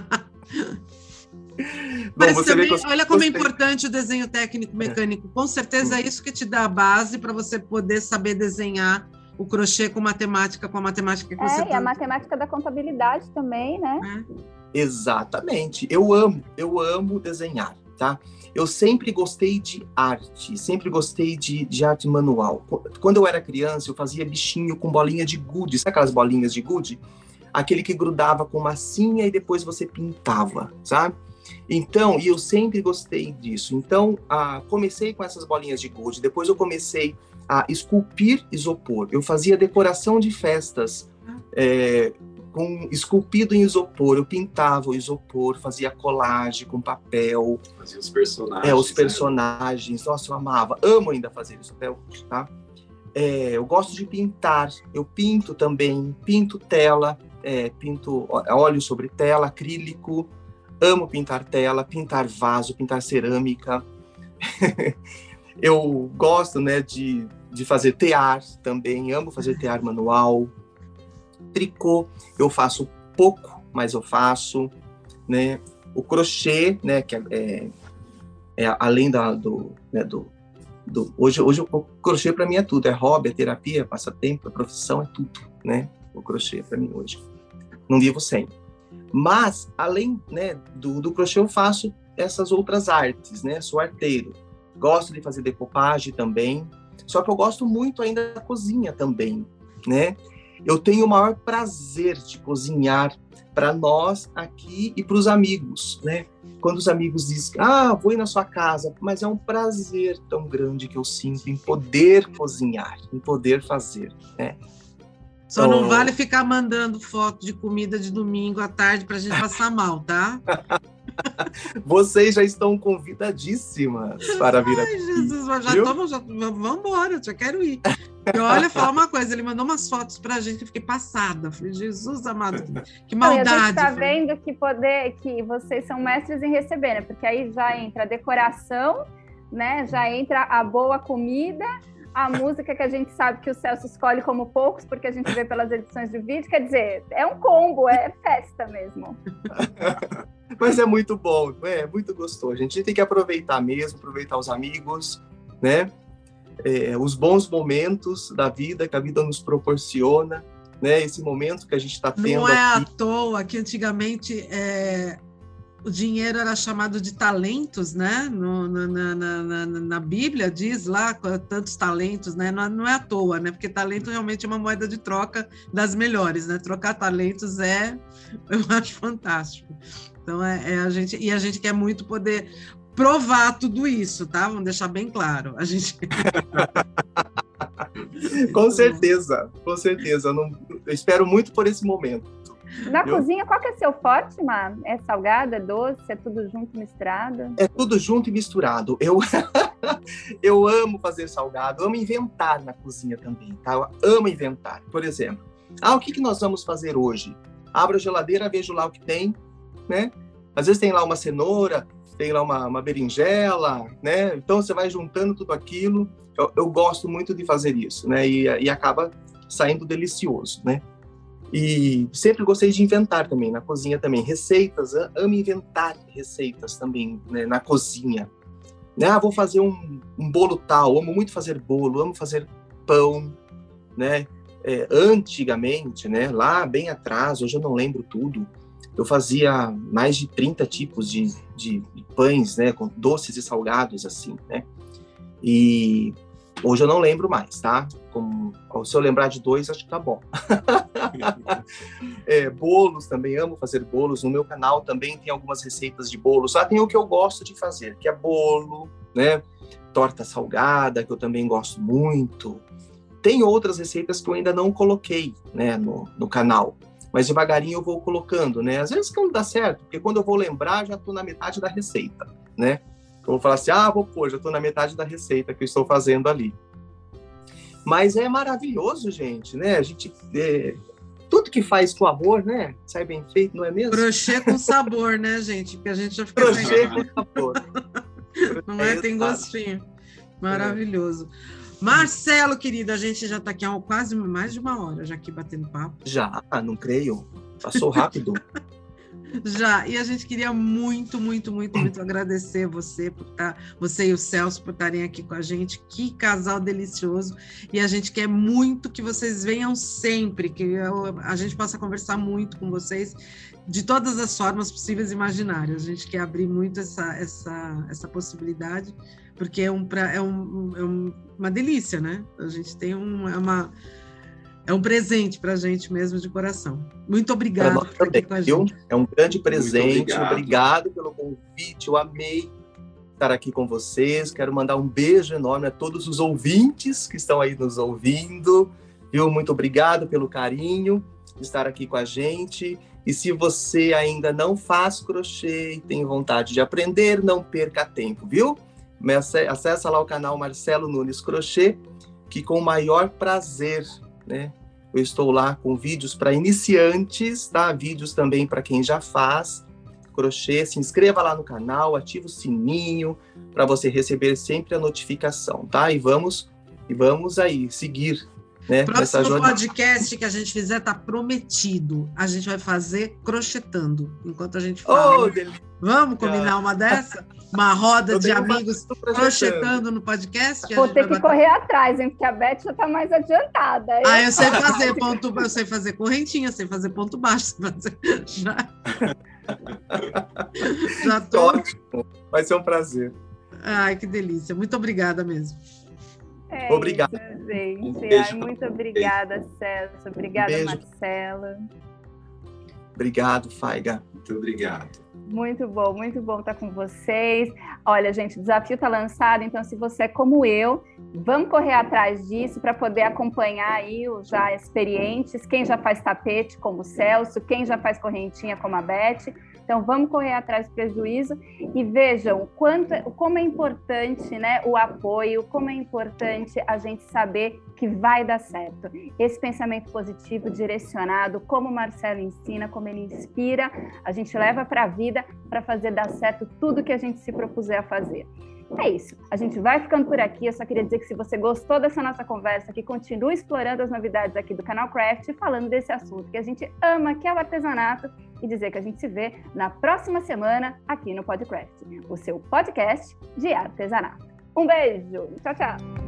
Bom, Mas também, eu, olha como é importante o desenho técnico mecânico. Com certeza é isso que te dá a base para você poder saber desenhar o crochê com matemática, com a matemática que é, você... É, e a matemática da contabilidade também, né? É. Exatamente. Eu amo, eu amo desenhar, tá? Eu sempre gostei de arte, sempre gostei de, de arte manual. Quando eu era criança, eu fazia bichinho com bolinha de gude. Sabe aquelas bolinhas de gude? Aquele que grudava com massinha e depois você pintava, sabe? Então, e eu sempre gostei disso. Então, ah, comecei com essas bolinhas de gude, depois eu comecei a esculpir isopor. Eu fazia decoração de festas é, com, esculpido em isopor. Eu pintava o isopor, fazia colagem com papel. Fazia os personagens. É, os personagens. Né? Nossa, eu amava. Amo ainda fazer isso até hoje, tá? É, eu gosto de pintar. Eu pinto também. Pinto tela, é, pinto óleo sobre tela, acrílico. Amo pintar tela, pintar vaso, pintar cerâmica. Eu gosto, né, de, de fazer tear também. Amo fazer tear manual. Tricô, eu faço pouco, mas eu faço. Né? O crochê, né, que é, é, é além da, do, né, do, do... Hoje, hoje o crochê para mim é tudo. É hobby, é terapia, é passatempo, é profissão, é tudo. Né? O crochê para mim hoje. Não vivo sem. Mas, além, né, do, do crochê, eu faço essas outras artes, né? Sou arteiro. Gosto de fazer decopagem também. Só que eu gosto muito ainda da cozinha também, né? Eu tenho o maior prazer de cozinhar para nós aqui e para os amigos, né? Quando os amigos dizem, ah, vou ir na sua casa, mas é um prazer tão grande que eu sinto em poder cozinhar, em poder fazer, né? Só oh. não vale ficar mandando foto de comida de domingo à tarde para a gente passar mal, tá? Vocês já estão convidadíssimas para vir aqui. Ai, Jesus, já estamos, já, vamos embora, já quero ir. E olha, falar uma coisa, ele mandou umas fotos pra gente, eu fiquei passada. Falei, Jesus amado, que maldade. A gente tá vendo que, poder, que vocês são mestres em receber, né? Porque aí já entra a decoração, né? Já entra a boa comida, a música que a gente sabe que o Celso escolhe como poucos, porque a gente vê pelas edições de vídeo, quer dizer, é um combo, é festa mesmo. Mas é muito bom, é muito gostoso. A gente tem que aproveitar mesmo, aproveitar os amigos, né? É, os bons momentos da vida, que a vida nos proporciona, né? Esse momento que a gente está tendo Não é aqui. à toa que antigamente é, o dinheiro era chamado de talentos, né? No, na, na, na, na Bíblia diz lá tantos talentos, né? Não, não é à toa, né? Porque talento realmente é uma moeda de troca das melhores, né? Trocar talentos é, eu acho fantástico. Então é, é a gente e a gente quer muito poder provar tudo isso, tá? Vamos deixar bem claro. A gente com certeza, com certeza. Eu, não, eu espero muito por esse momento. Na eu... cozinha, qual que é seu forte, Má? É salgado, é doce, é tudo junto, misturado? É tudo junto e misturado. Eu, eu amo fazer salgado, amo inventar na cozinha também, tá? Eu amo inventar. Por exemplo, ah, o que, que nós vamos fazer hoje? Abro a geladeira, vejo lá o que tem, né? Às vezes tem lá uma cenoura, tem lá uma, uma berinjela, né? Então você vai juntando tudo aquilo. Eu, eu gosto muito de fazer isso, né? E, e acaba saindo delicioso, né? E sempre gostei de inventar também, na cozinha também. Receitas, amo inventar receitas também, né, na cozinha. Né, ah, vou fazer um, um bolo tal, amo muito fazer bolo, amo fazer pão, né? É, antigamente, né, lá bem atrás, hoje eu não lembro tudo, eu fazia mais de trinta tipos de, de, de pães, né, com doces e salgados, assim, né? E hoje eu não lembro mais, tá? Como, se eu lembrar de dois, acho que tá bom. É, bolos, também amo fazer bolos. No meu canal também tem algumas receitas de bolos. Lá tem o que eu gosto de fazer, que é bolo, né? Torta salgada, que eu também gosto muito. Tem outras receitas que eu ainda não coloquei, né, no, no canal. Mas devagarinho eu vou colocando, né? Às vezes que não dá certo, porque quando eu vou lembrar, já estou na metade da receita, né? Eu vou falar assim, ah, vou pôr, já estou na metade da receita que eu estou fazendo ali. Mas é maravilhoso, gente, né? A gente... É, tudo que faz com amor, né? Sai bem feito, não é mesmo? Crochê com sabor, né, gente? Porque a gente já fica... Crochê com sabor. Não é? Tem gostinho. Maravilhoso. Marcelo, querido, a gente já está aqui há quase mais de uma hora já aqui batendo papo. Já, não creio. Passou rápido. Já, e a gente queria muito, muito, muito, muito agradecer você por estar, você e o Celso por estarem aqui com a gente. Que casal delicioso. E a gente quer muito que vocês venham sempre, que eu, a gente possa conversar muito com vocês de todas as formas possíveis e imaginárias. A gente quer abrir muito essa, essa, essa possibilidade, porque é, um, é, um, é um, uma delícia, né? A gente tem um, é uma... É um presente para a gente mesmo, de coração. Muito obrigada por estar aqui com a gente. É um grande presente. Obrigado. obrigado pelo convite. Eu amei estar aqui com vocês. Quero mandar um beijo enorme a todos os ouvintes que estão aí nos ouvindo. Viu? Muito obrigado pelo carinho de estar aqui com a gente. E se você ainda não faz crochê e tem vontade de aprender, não perca tempo, viu? Acessa lá o canal Marcelo Nunes Crochê, que com o maior prazer... né? Eu estou lá com vídeos para iniciantes, tá? Vídeos também para quem já faz crochê. Se inscreva lá no canal, ative o sininho para você receber sempre a notificação, tá? E vamos, e vamos aí seguir, né? Próximo jornada. Podcast que a gente fizer tá prometido. A gente vai fazer crochetando enquanto a gente fala. Oh, vamos combinar uma dessa? Uma roda de amigos crochetando no podcast? Vou ter que bater... correr atrás, hein? Porque a Beth já está mais adiantada. Ah, eu sei fazer ponto, eu sei fazer correntinha, sei fazer ponto baixo, sei fazer... já. Já tô. Ótimo. Vai ser um prazer. Ai, que delícia. Muito obrigada mesmo. É obrigado. Isso, gente. Um Ai, muito obrigada, Celso. Obrigada, um Marcela. Obrigado, Faiga. Muito obrigado. Muito bom, muito bom estar com vocês. Olha, gente, o desafio está lançado, então se você é como eu, vamos correr atrás disso para poder acompanhar aí os já experientes, quem já faz tapete como o Celso, quem já faz correntinha como a Beth. Então vamos correr atrás do prejuízo e vejam o quanto, como é importante, né, o apoio, como é importante a gente saber que vai dar certo. Esse pensamento positivo direcionado, como o Marcelo ensina, como ele inspira, a gente leva para a vida para fazer dar certo tudo que a gente se propuser a fazer. É isso, a gente vai ficando por aqui. Eu só queria dizer que se você gostou dessa nossa conversa, que continue explorando as novidades aqui do canal Craft, falando desse assunto que a gente ama, que é o artesanato, e dizer que a gente se vê na próxima semana aqui no PodCraft, o seu podcast de artesanato. Um beijo, tchau, tchau!